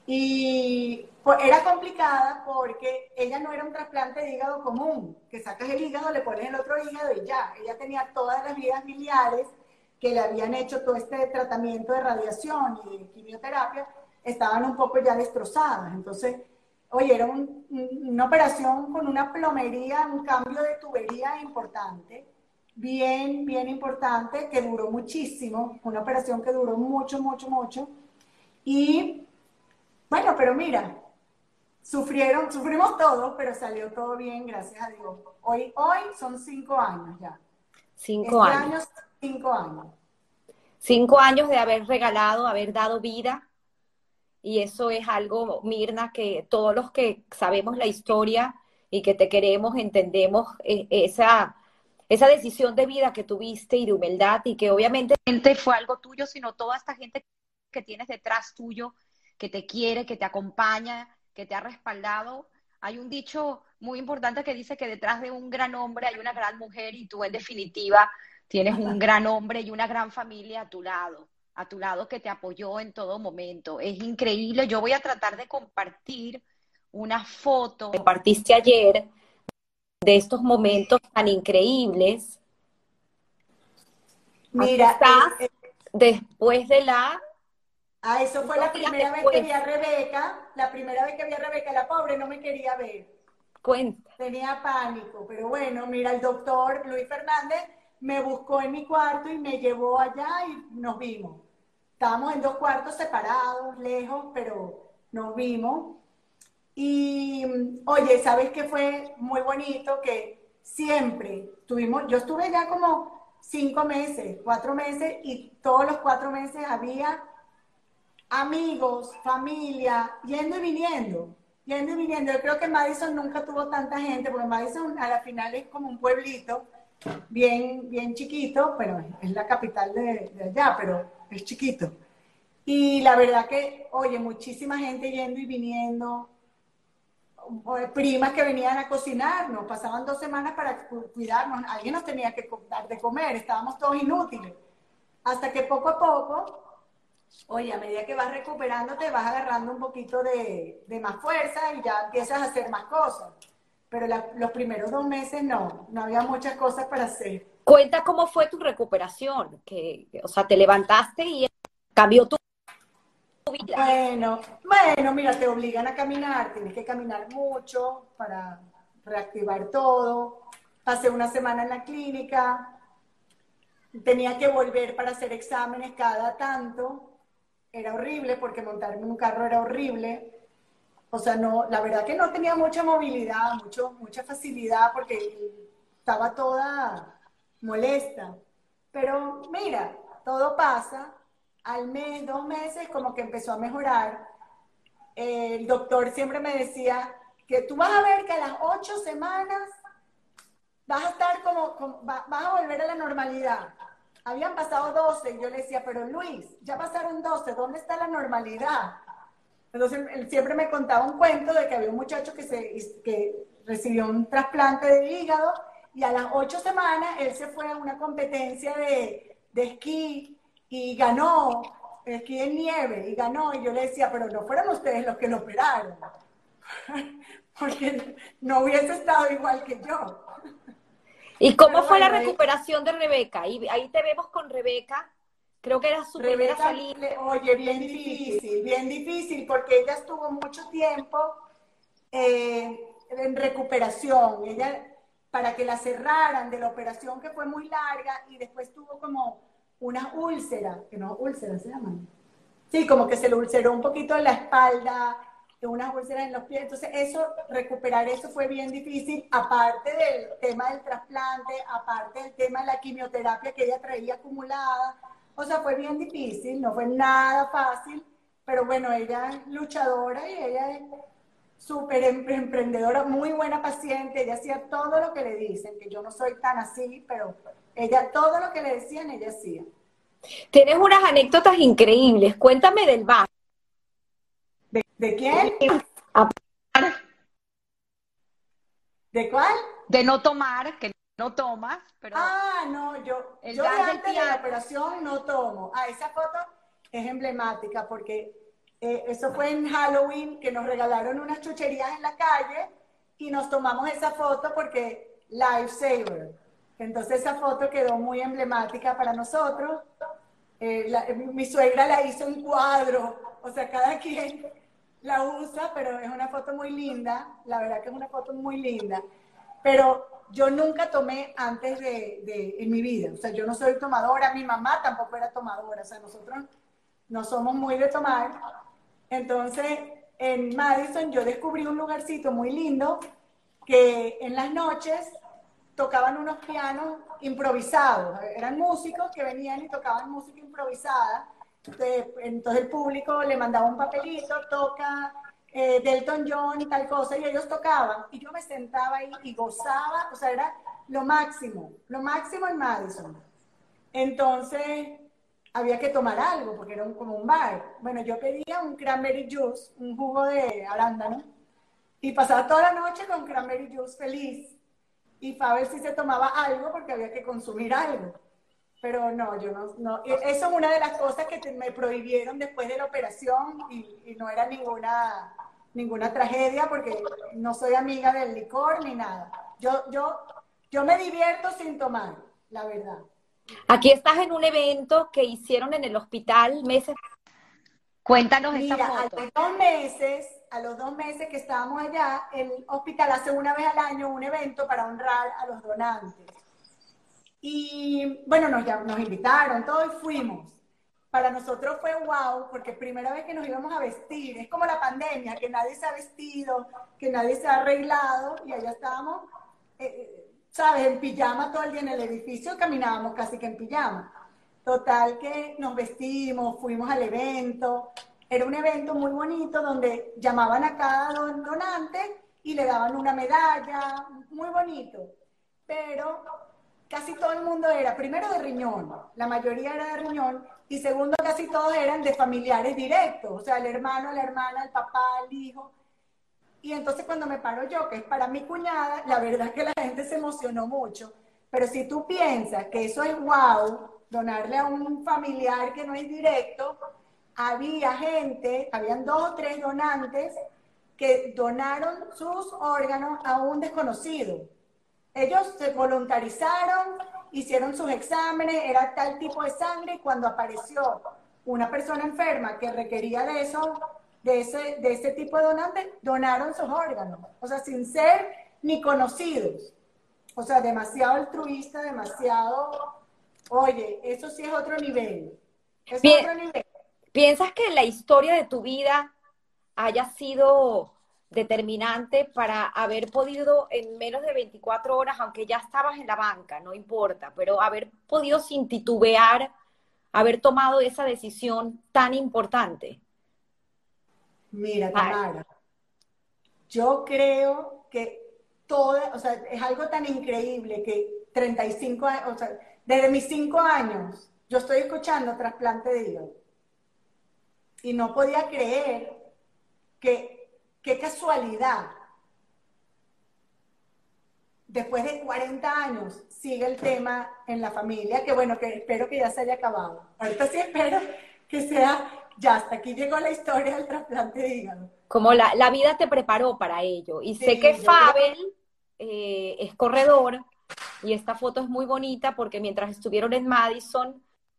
Y pues, era complicada porque ella no era un trasplante de hígado común, que sacas el hígado, le pones el otro hígado y ya. Ella tenía todas las vías biliares que le habían hecho todo este tratamiento de radiación y de quimioterapia, estaban un poco ya destrozadas. Entonces, oye, era una operación con una plomería, un cambio de tubería importante, bien, bien importante, que duró muchísimo, una operación que duró mucho, mucho, mucho. Y bueno, pero mira, sufrimos todos, pero salió todo bien, gracias a Dios. Hoy son 5 años ya. 5 años. Año, 5 años. 5 años de haber regalado, haber dado vida. Y eso es algo, Mirna, que todos los que sabemos la historia y que te queremos, entendemos esa decisión de vida que tuviste y de humildad y que obviamente fue algo tuyo, sino toda esta gente que tienes detrás tuyo, que te quiere, que te acompaña, que te ha respaldado. Hay un dicho muy importante que dice que detrás de un gran hombre hay una gran mujer y tú en definitiva tienes un gran hombre y una gran familia a tu lado que te apoyó en todo momento. Es increíble. Yo voy a tratar de compartir una foto que compartiste ayer de estos momentos tan increíbles. Mira, después de la... eso fue la primera vez que vi a Rebeca, la pobre no me quería ver. Cuenta. Tenía pánico, pero bueno, mira, el doctor Luis Fernández me buscó en mi cuarto y me llevó allá y nos vimos. Estábamos en 2 cuartos separados, lejos, pero nos vimos. Y oye, ¿sabes qué fue muy bonito? Que siempre yo estuve ya como 5 meses, 4 meses, y todos los 4 meses había amigos, familia, yendo y viniendo. Yendo y viniendo. Yo creo que Madison nunca tuvo tanta gente, porque Madison a la final es como un pueblito, bien, bien chiquito, pero es la capital de allá, pero es chiquito. Y la verdad que, oye, muchísima gente yendo y viniendo, primas que venían a cocinarnos, pasaban 2 semanas para cuidarnos, alguien nos tenía que dar de comer, estábamos todos inútiles. Hasta que poco a poco, oye, a medida que vas recuperándote, vas agarrando un poquito de más fuerza y ya empiezas a hacer más cosas. Pero los primeros 2 meses no había muchas cosas para hacer. Cuenta cómo fue tu recuperación, o sea, te levantaste y cambió tu vida. Bueno, mira, te obligan a caminar, tienes que caminar mucho para reactivar todo. Pasé una semana en la clínica, tenía que volver para hacer exámenes cada tanto. Era horrible porque montarme en un carro era horrible. O sea, no, la verdad que no tenía mucha movilidad, mucha facilidad porque estaba toda molesta. Pero mira, todo pasa. Al mes, 2 meses, como que empezó a mejorar. El doctor siempre me decía que tú vas a ver que a las 8 semanas vas a estar vas a volver a la normalidad. Habían pasado 12 y yo le decía, pero Luis, ya pasaron 12, ¿dónde está la normalidad? Entonces él siempre me contaba un cuento de que había un muchacho que recibió un trasplante de hígado y a las 8 semanas él se fue a una competencia de esquí y ganó, esquí en nieve y ganó. Y yo le decía, pero no fueron ustedes los que lo operaron, porque no hubiese estado igual que yo. ¿Y cómo fue la recuperación de Rebeca? Y ahí te vemos con Rebeca. Creo que era su primera salida. Oye, bien difícil, porque ella estuvo mucho tiempo en recuperación. Ella, para que la cerraran de la operación que fue muy larga, y después tuvo como unas úlceras, que no, úlceras se llaman. Sí, como que se le ulceró un poquito en la espalda, unas úlceras en los pies. Entonces, recuperar eso fue bien difícil, aparte del tema del trasplante, aparte del tema de la quimioterapia que ella traía acumulada. O sea, fue bien difícil, no fue nada fácil, pero bueno, ella es luchadora y ella es súper emprendedora, muy buena paciente. Ella hacía todo lo que le dicen, que yo no soy tan así, pero ella, todo lo que le decían, ella hacía. Tienes unas anécdotas increíbles. Cuéntame del bar. ¿De quién? ¿De cuál? De no tomar, que no tomas, pero... No, yo de antes de la operación no tomo. Esa foto es emblemática porque Eso fue en Halloween, que nos regalaron unas chucherías en la calle y nos tomamos esa foto porque Lifesaver. Entonces esa foto quedó muy emblemática para nosotros. Mi suegra la hizo en cuadro, o sea, cada quien la usa, pero es una foto muy linda, la verdad que es una foto muy linda. Pero yo nunca tomé antes en mi vida, o sea, yo no soy tomadora, mi mamá tampoco era tomadora, o sea, nosotros no somos muy de tomar. Entonces, en Madison yo descubrí un lugarcito muy lindo que en las noches tocaban unos pianos improvisados. Eran músicos que venían y tocaban música improvisada. Entonces el público le mandaba un papelito, toca Delton John, tal cosa, y ellos tocaban. Y yo me sentaba ahí y gozaba, o sea, era lo máximo en Madison. Entonces había que tomar algo, porque era como un bar. Bueno, yo pedía un cranberry juice, un jugo de arándano, y pasaba toda la noche con cranberry juice feliz. Y para ver si se tomaba algo, porque había que consumir algo. Pero no, yo no. Eso es una de las cosas que me prohibieron después de la operación y no era ninguna tragedia, porque no soy amiga del licor ni nada. Yo me divierto sin tomar, la verdad. Aquí estás en un evento que hicieron en el hospital meses. Cuéntanos esa Mira, foto. a los 2 meses que estábamos allá, el hospital hace una vez al año un evento para honrar a los donantes. Y bueno, nos invitaron, todo y fuimos. Para nosotros fue wow, porque primera vez que nos íbamos a vestir, es como la pandemia, que nadie se ha vestido, que nadie se ha arreglado, y allá estábamos, ¿sabes? En pijama todo el día en el edificio, caminábamos casi que en pijama. Total que nos vestimos, fuimos al evento. Era un evento muy bonito donde llamaban a cada donante y le daban una medalla, muy bonito. Pero casi todo el mundo era, primero de riñón, la mayoría era de riñón, y segundo casi todos eran de familiares directos, o sea, el hermano, la hermana, el papá, el hijo. Y entonces cuando me paro yo, que es para mi cuñada, la verdad es que la gente se emocionó mucho. Pero si tú piensas que eso es wow, donarle a un familiar que no es directo, habían 2 o 3 donantes que donaron sus órganos a un desconocido. Ellos se voluntarizaron, hicieron sus exámenes, era tal tipo de sangre, y cuando apareció una persona enferma que requería de eso, de ese tipo de donantes, donaron sus órganos. O sea, sin ser ni conocidos. O sea, demasiado altruista, demasiado... Oye, eso sí es otro nivel. Eso es otro nivel. ¿Piensas que la historia de tu vida haya sido determinante para haber podido en menos de 24 horas, aunque ya estabas en la banca, no importa, pero haber podido sin titubear, haber tomado esa decisión tan importante? Mira, Ay, Tamara, yo creo que o sea, es algo tan increíble que 35 años, o sea, desde mis 5 años, yo estoy escuchando trasplante de hígado. Y no podía creer qué casualidad. Después de 40 años sigue el tema en la familia, que bueno, que espero que ya se haya acabado. Ahorita sí espero que sea, ya hasta aquí llegó la historia del trasplante de hígado. como la vida te preparó para ello. Y sé que Sí, yo creo. Fabel es corredor y esta foto es muy bonita porque mientras estuvieron en Madison,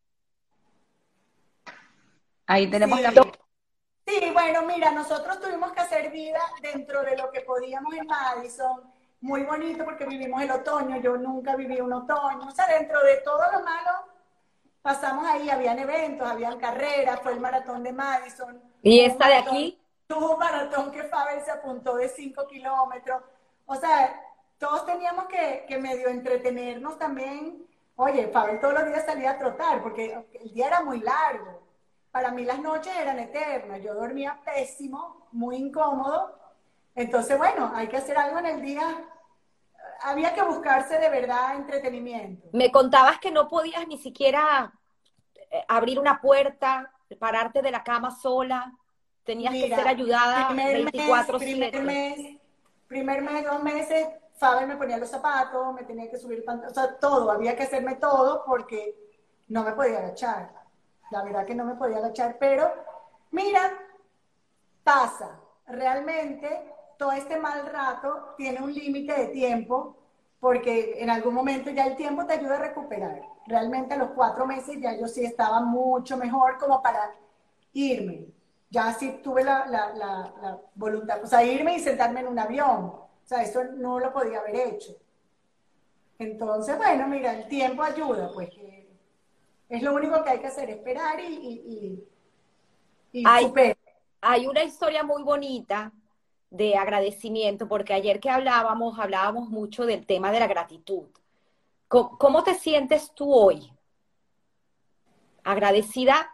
Ahí tenemos la Sí, foto. sí, bueno, mira, nosotros tuvimos que hacer vida dentro de lo que podíamos en Madison, muy bonito porque vivimos el otoño, yo nunca viví un otoño, o sea, dentro de todo lo malo, pasamos ahí, habían eventos, habían carreras, fue el maratón de Madison, y esta de aquí, hubo un maratón que Fabel se apuntó de 5 kilómetros, o sea, todos teníamos que medio entretenernos también. Oye, Fabel todos los días salía a trotar porque el día era muy largo. Para mí las noches eran eternas, yo dormía pésimo, muy incómodo. Entonces, bueno, hay que hacer algo en el día. Había que buscarse de verdad entretenimiento. me contabas que no podías ni siquiera abrir una puerta, pararte de la cama sola, tenías que ser Mira, ayudada primer mes, primer 24/7. mes, primer mes, 2 meses, Faber me ponía los zapatos, me tenía que subir el pantalón, o sea, todo, había que hacerme todo porque no me podía agachar. La verdad que no me podía agachar, pero mira, pasa. Realmente, todo este mal rato tiene un límite de tiempo, porque en algún momento ya el tiempo te ayuda a recuperar. Realmente a los 4 meses ya yo sí estaba mucho mejor como para irme. Ya sí tuve la voluntad, o sea, irme y sentarme en un avión. O sea, eso no lo podía haber hecho. Entonces, bueno, mira, el tiempo ayuda, pues es lo único que hay que hacer, esperar y Hay, superar. hay una historia muy bonita de agradecimiento, porque ayer que hablábamos mucho del tema de la gratitud. ¿Cómo te sientes tú hoy? ¿Agradecida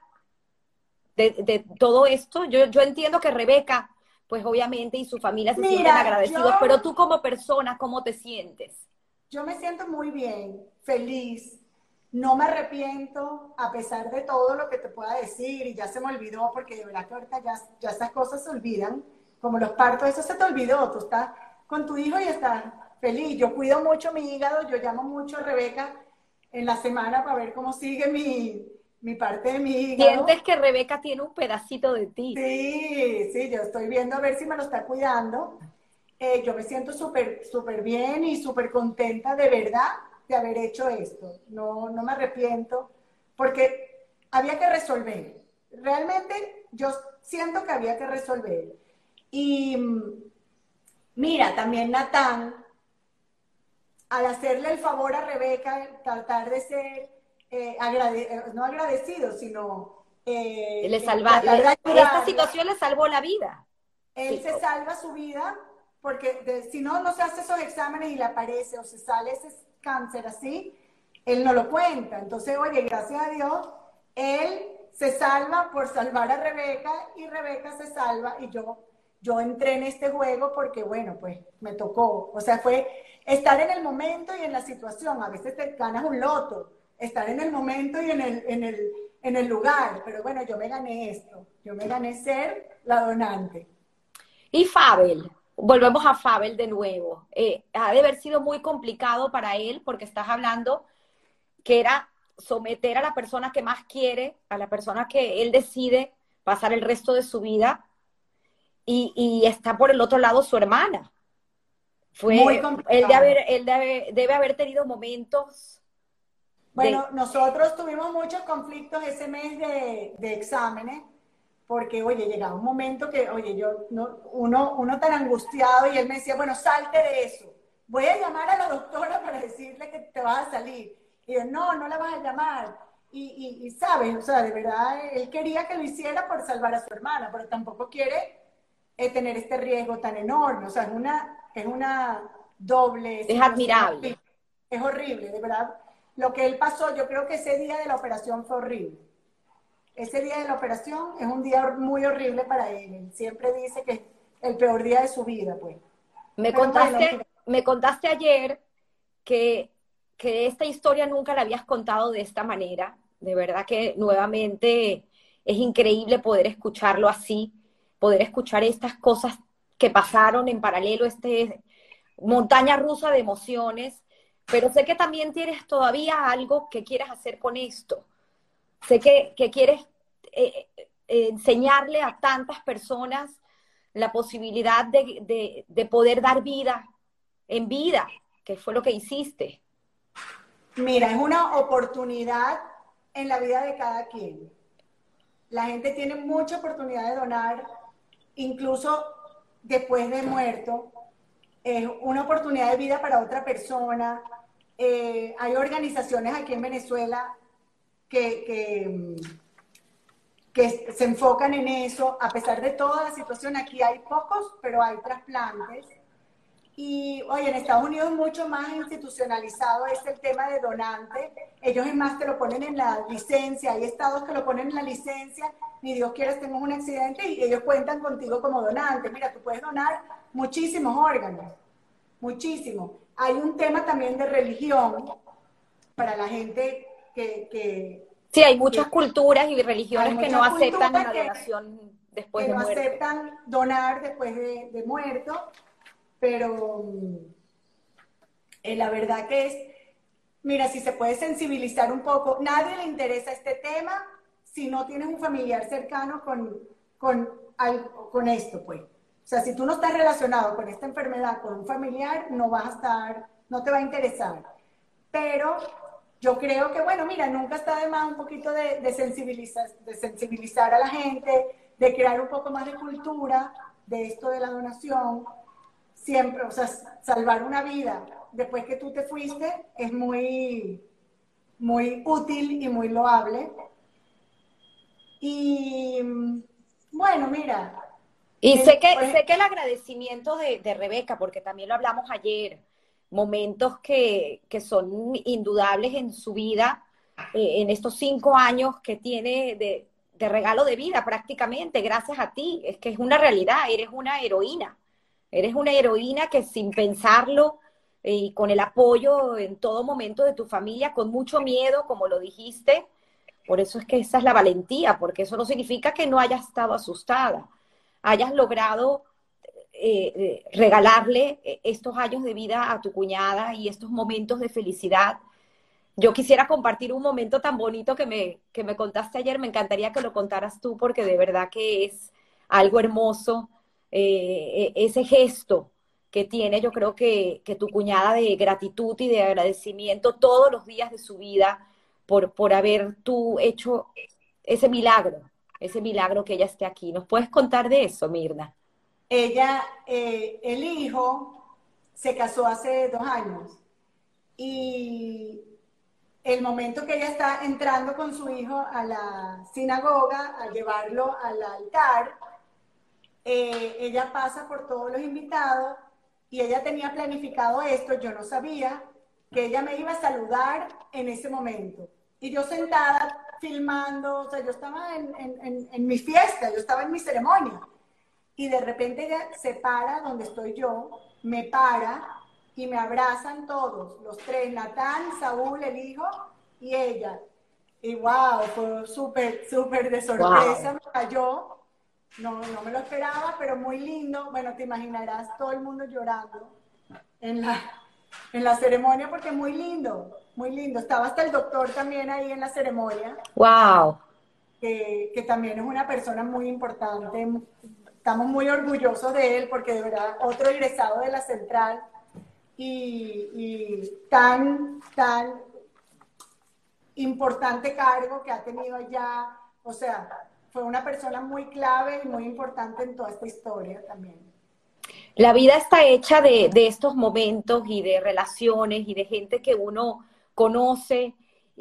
de todo esto? Yo entiendo que Rebeca, pues obviamente, y su familia se sienten Mira, agradecidos, pero tú como persona, ¿cómo te sientes? yo me siento muy bien, feliz, no me arrepiento a pesar de todo lo que te pueda decir y ya se me olvidó porque de verdad que ahorita ya esas cosas se olvidan, como los partos, eso se te olvidó, tú estás con tu hijo y estás feliz. Yo cuido mucho mi hígado, yo llamo mucho a Rebeca en la semana para ver cómo sigue mi parte de mi Sientes hígado. que Rebeca tiene un pedacito de ti. Sí, sí, yo estoy viendo a ver si me lo está cuidando. Yo me siento súper, súper bien y súper contenta de verdad de haber hecho esto. No, no me arrepiento porque había que resolver. Realmente yo siento que había que resolver. Y mira, también Natán, al hacerle el favor a Rebeca, tratar de ser no agradecido, sino tratar de Esta ayudarla. situación le salvó la vida. Él Sí. se salva su vida porque si no, no se hace esos exámenes y le aparece o se sale ese cáncer así, él no lo cuenta. Entonces, oye, gracias a Dios, él se salva por salvar a Rebeca y Rebeca se salva y yo entré en este juego porque, bueno, pues me tocó. O sea, fue estar en el momento y en la situación. A veces te ganas un loto, estar en el momento y en el lugar. Pero bueno, yo me gané esto. Yo me gané ser la donante. Y Fabel, volvemos a Fabel de nuevo. Ha de haber sido muy complicado para él porque estás hablando que era someter a la persona que más quiere, a la persona que él decide pasar el resto de su vida, y está por el otro lado su hermana. Muy complicado. Debe haber tenido momentos de, Bueno, nosotros tuvimos muchos conflictos ese mes de exámenes, porque, oye, llegaba un momento que, oye, uno tan angustiado y él me decía, bueno, salte de eso. Voy a llamar a la doctora para decirle que te vas a salir. Y yo, no, no la vas a llamar. Y sabes, o sea, de verdad, él quería que lo hiciera por salvar a su hermana, pero tampoco quiere tener este riesgo tan enorme. O sea, es una doble es situación admirable. horrible. Es horrible, de verdad. Lo que él pasó, yo creo que ese día de la operación fue horrible. Ese día de la operación es un día muy horrible para él. Él siempre dice que es el peor día de su vida, pues. Me Pero bueno, contaste, mira, me contaste ayer que, que esta historia nunca la habías contado de esta manera. De verdad que nuevamente es increíble poder escucharlo así, poder escuchar estas cosas que pasaron en paralelo, montaña rusa de emociones, pero sé que también tienes todavía algo que quieres hacer con esto. Sé que quieres enseñarle a tantas personas la posibilidad de poder dar vida en vida, que fue lo que hiciste. mira, es una oportunidad en la vida de cada quien. La gente tiene mucha oportunidad de donar, incluso después de muerto. Es una oportunidad de vida para otra persona. Hay organizaciones aquí en Venezuela que, que, que se enfocan en eso. A pesar de toda la situación, aquí hay pocos, pero hay trasplantes. Y oye, en Estados Unidos mucho más institucionalizado es el tema de donante. Ellos es más te lo ponen en la licencia. Hay estados que lo ponen en la licencia. Ni Dios quiera tengas un accidente y ellos cuentan contigo como donante. Mira, tú puedes donar muchísimos órganos, muchísimo. Hay un tema también de religión para la gente Sí, hay que muchas culturas y hay religiones que no muchas aceptan culturas una donación después que de no muerto. aceptan donar después de muerto, pero la verdad que es, mira, si se puede sensibilizar un poco, nadie le interesa este tema si no tienes un familiar cercano con esto, pues. O sea, si tú no estás relacionado con esta enfermedad, con un familiar, no te va a interesar. Pero yo creo que, bueno, mira, nunca está de más un poquito de sensibilizar a la gente, de crear un poco más de cultura de esto de la donación. Siempre, o sea, salvar una vida después que tú te fuiste es muy, muy útil y muy loable. Y bueno, mira, Y sé que el agradecimiento de Rebeca, porque también lo hablamos ayer, momentos que son indudables en su vida, en estos 5 años que tiene de regalo de vida prácticamente, gracias a ti, es que es una realidad, eres una heroína que sin pensarlo y con el apoyo en todo momento de tu familia, con mucho miedo, como lo dijiste, por eso es que esa es la valentía, porque eso no significa que no hayas estado asustada, hayas logrado regalarle estos años de vida a tu cuñada y estos momentos de felicidad. Yo quisiera compartir un momento tan bonito que me contaste ayer, me encantaría que lo contaras tú porque de verdad que es algo hermoso, ese gesto que tiene, yo creo que tu cuñada de gratitud y de agradecimiento todos los días de su vida por haber tú hecho ese milagro que ella esté aquí. ¿Nos puedes contar de eso, Mirna? ella, el hijo se casó hace 2 años y el momento que ella está entrando con su hijo a la sinagoga, a llevarlo al altar, ella pasa por todos los invitados y ella tenía planificado esto, yo no sabía que ella me iba a saludar en ese momento. Y yo sentada filmando, o sea, yo estaba en mi fiesta, yo estaba en mi ceremonia. Y de repente ella se para donde estoy yo, me para y me abrazan todos, los tres, Natán, Saúl, el hijo, y ella. Y wow, fue súper, súper de sorpresa, Wow. me cayó. No me lo esperaba, pero muy lindo. Bueno, te imaginarás todo el mundo llorando en la ceremonia porque es muy lindo, muy lindo. Estaba hasta el doctor también ahí en la ceremonia, Wow. que también es una persona muy importante. Estamos muy orgullosos de él porque de verdad otro egresado de la central y tan importante cargo que ha tenido allá. O sea, fue una persona muy clave y muy importante en toda esta historia también. La vida está hecha de estos momentos y de relaciones y de gente que uno conoce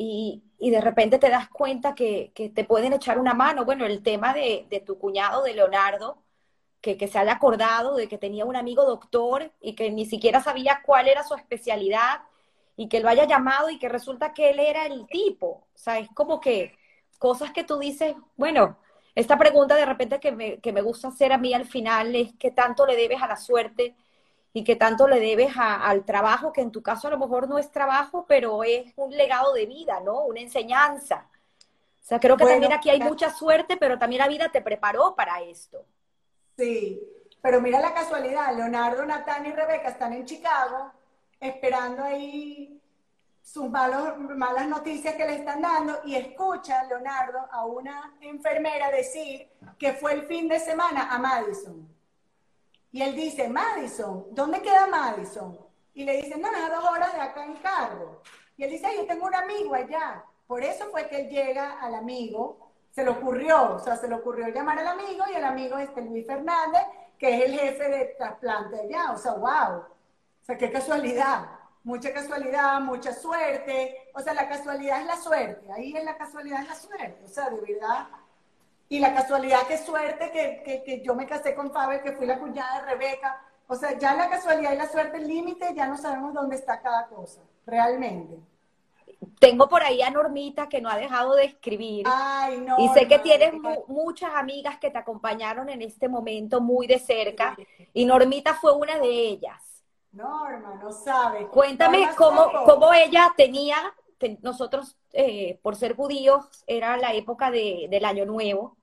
y de repente te das cuenta que te pueden echar una mano. Bueno, el tema de tu cuñado, de Leonardo, que se haya acordado de que tenía un amigo doctor y que ni siquiera sabía cuál era su especialidad y que lo haya llamado y que resulta que él era el tipo. O sea, es como que cosas que tú dices, bueno, esta pregunta de repente que me gusta hacer a mí al final es qué tanto le debes a la suerte y qué tanto le debes al trabajo, que en tu caso a lo mejor no es trabajo, pero es un legado de vida, ¿no? Una enseñanza. O sea, creo que también Bueno, aquí hay mucha suerte, pero también la vida te preparó para esto. sí, pero mira la casualidad, Leonardo, Natán y Rebeca están en Chicago esperando ahí sus malas noticias que le están dando y escucha Leonardo a una enfermera decir que fue el fin de semana a Madison. Y él dice, Madison, ¿dónde queda Madison? Y le dicen, no, es a 2 horas de acá en carro. Y él dice, yo tengo un amigo allá. Por eso fue que él llega al amigo, se le ocurrió llamar al amigo y el amigo es Luis Fernández, que es el jefe de trasplante allá. O sea, wow. O sea, qué casualidad. Mucha casualidad, mucha suerte. O sea, la casualidad es la suerte. Ahí en la casualidad es la suerte. O sea, de verdad. Y la casualidad, qué suerte que yo me casé con Faber, que fui la cuñada de Rebeca. O sea, ya la casualidad y la suerte, el límite, ya no sabemos dónde está cada cosa, realmente. Tengo por ahí a Normita que no ha dejado de escribir Ay, y sé que Norma. tienes muchas amigas que te acompañaron en este momento muy de cerca y Normita fue una de ellas. Norma, no sabe. Cuéntame Norma cómo supo. ella tenía, nosotros por ser judíos era la época del Año Nuevo.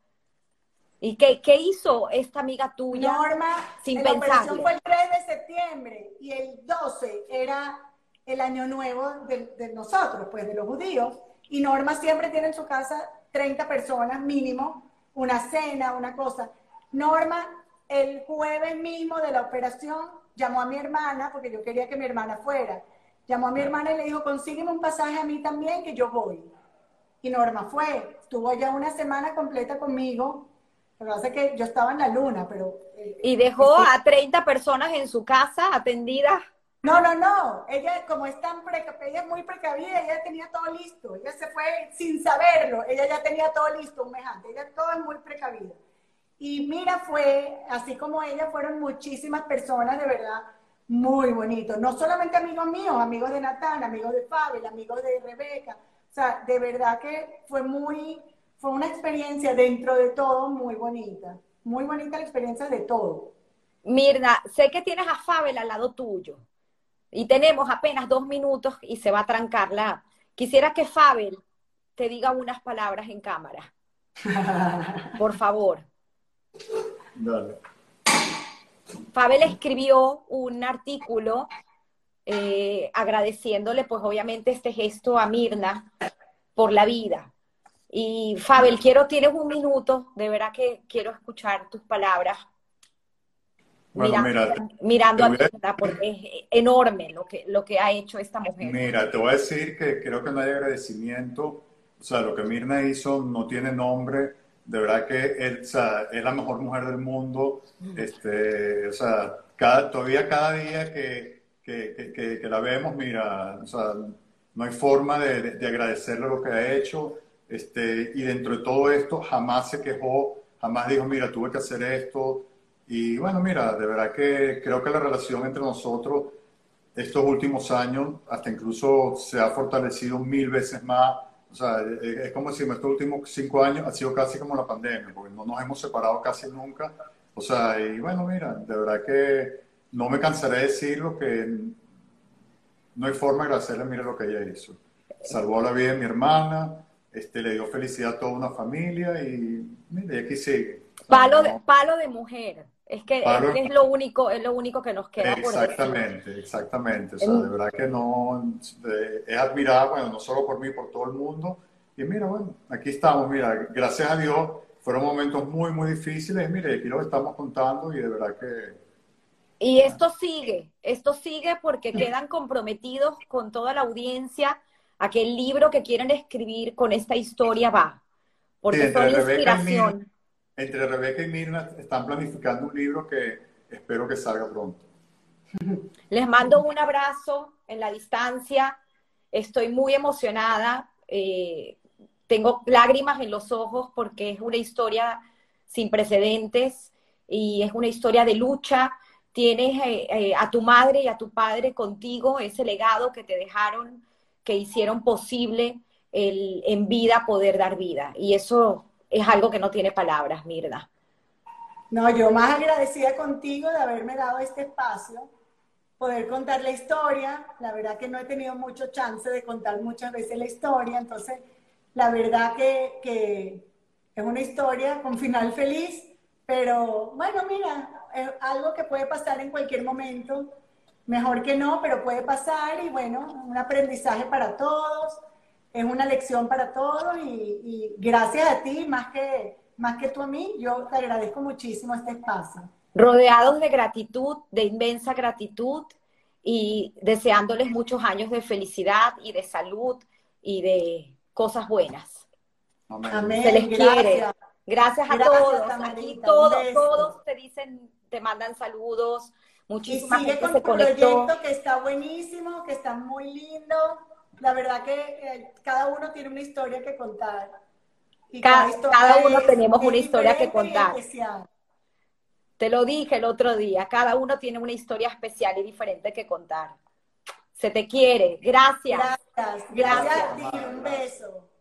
¿Y qué hizo esta amiga tuya Norma, sin la operación pensarlo? fue el 3 de septiembre y el 12 era el año nuevo de nosotros, pues de los judíos. Y Norma siempre tiene en su casa 30 personas mínimo, una cena, una cosa. Norma, el jueves mismo de la operación, llamó a mi hermana, porque yo quería que mi hermana fuera. Llamó a mi hermana y le dijo, consígueme un pasaje a mí también, que yo voy. Y Norma fue, estuvo ya una semana completa conmigo. Lo que pasa es que yo estaba en la luna, pero... Y dejó a 30 personas en su casa atendidas. No, no, no. Ella, como es tan ella es muy precavida, ella tenía todo listo. Ella se fue sin saberlo. Ella ya tenía todo listo un mes antes. Ella todo es muy precavida. Y mira, fue, así como ella, fueron muchísimas personas, de verdad, muy bonitos. No solamente amigos míos, amigos de Natán, amigos de Fabel, amigos de Rebeca. O sea, de verdad que fue una experiencia dentro de todo muy bonita. Muy bonita la experiencia de todo. Mirna, sé que tienes a Fabel al lado tuyo. Y tenemos apenas 2 minutos y se va a trancar la... Quisiera que Fabel te diga unas palabras en cámara. Por favor. Dale. Fabel escribió un artículo agradeciéndole, pues obviamente, este gesto a Mirna por la vida. Y Fabel, tienes 1 minuto, de verdad que quiero escuchar tus palabras. Bueno, Mirando a Mirna, porque es enorme lo que ha hecho esta mujer. Mira, te voy a decir que creo que no hay agradecimiento. O sea, lo que Mirna hizo no tiene nombre. De verdad que o sea, es la mejor mujer del mundo. O sea, todavía cada día que la vemos, mira, o sea, no hay forma de agradecerle lo que ha hecho. Y dentro de todo esto jamás se quejó, jamás dijo, mira, tuve que hacer esto. Y bueno, mira, de verdad que creo que la relación entre nosotros estos últimos años hasta incluso se ha fortalecido 1000 veces más. O sea, es como si en estos últimos 5 años ha sido casi como la pandemia, porque no nos hemos separado casi nunca. O sea, y bueno, mira, de verdad que no me cansaré de decirlo, que no hay forma de agradecerle, mira lo que ella hizo. Salvó la vida de mi hermana, le dio felicidad a toda una familia y mira, y aquí sigue. Palo de mujer. Es que Palo, es lo único que nos queda por decir. Exactamente. O sea, de verdad que no, es admirada, bueno, no solo por mí, por todo el mundo. Y mira, bueno, aquí estamos, mira, gracias a Dios, fueron momentos muy, muy difíciles. Mira, y aquí lo estamos contando y de verdad que... Y esto sigue porque quedan comprometidos con toda la audiencia a que el libro que quieren escribir con esta historia va. Porque Sí, son inspiración. Entre Rebeca y Mirna están planificando un libro que espero que salga pronto. Les mando un abrazo en la distancia. Estoy muy emocionada. Tengo lágrimas en los ojos porque es una historia sin precedentes y es una historia de lucha. Tienes a tu madre y a tu padre contigo, ese legado que te dejaron, que hicieron posible en vida poder dar vida. Y eso es algo que no tiene palabras, Mirna. No, yo más agradecida contigo de haberme dado este espacio, poder contar la historia. La verdad que no he tenido mucho chance de contar muchas veces la historia, entonces la verdad que es una historia con final feliz, pero bueno, mira, es algo que puede pasar en cualquier momento, mejor que no, pero puede pasar y bueno, un aprendizaje para todos. Es una lección para todos y gracias a ti, más que tú a mí, yo te agradezco muchísimo este espacio. Rodeados de gratitud, de inmensa gratitud y deseándoles muchos años de felicidad y de salud y de cosas buenas. Amén. Se les quiere. Gracias a todos. Tamarita, Aquí todos te dicen, te mandan saludos. Muchísima y sigue gente con se tu conectó. proyecto que está buenísimo, que está muy lindo. La verdad que cada uno tiene una historia que contar. Y cada uno tenemos una historia que contar. Especial. Te lo dije el otro día, cada uno tiene una historia especial y diferente que contar. Se te quiere. Gracias. Gracias a ti, un beso.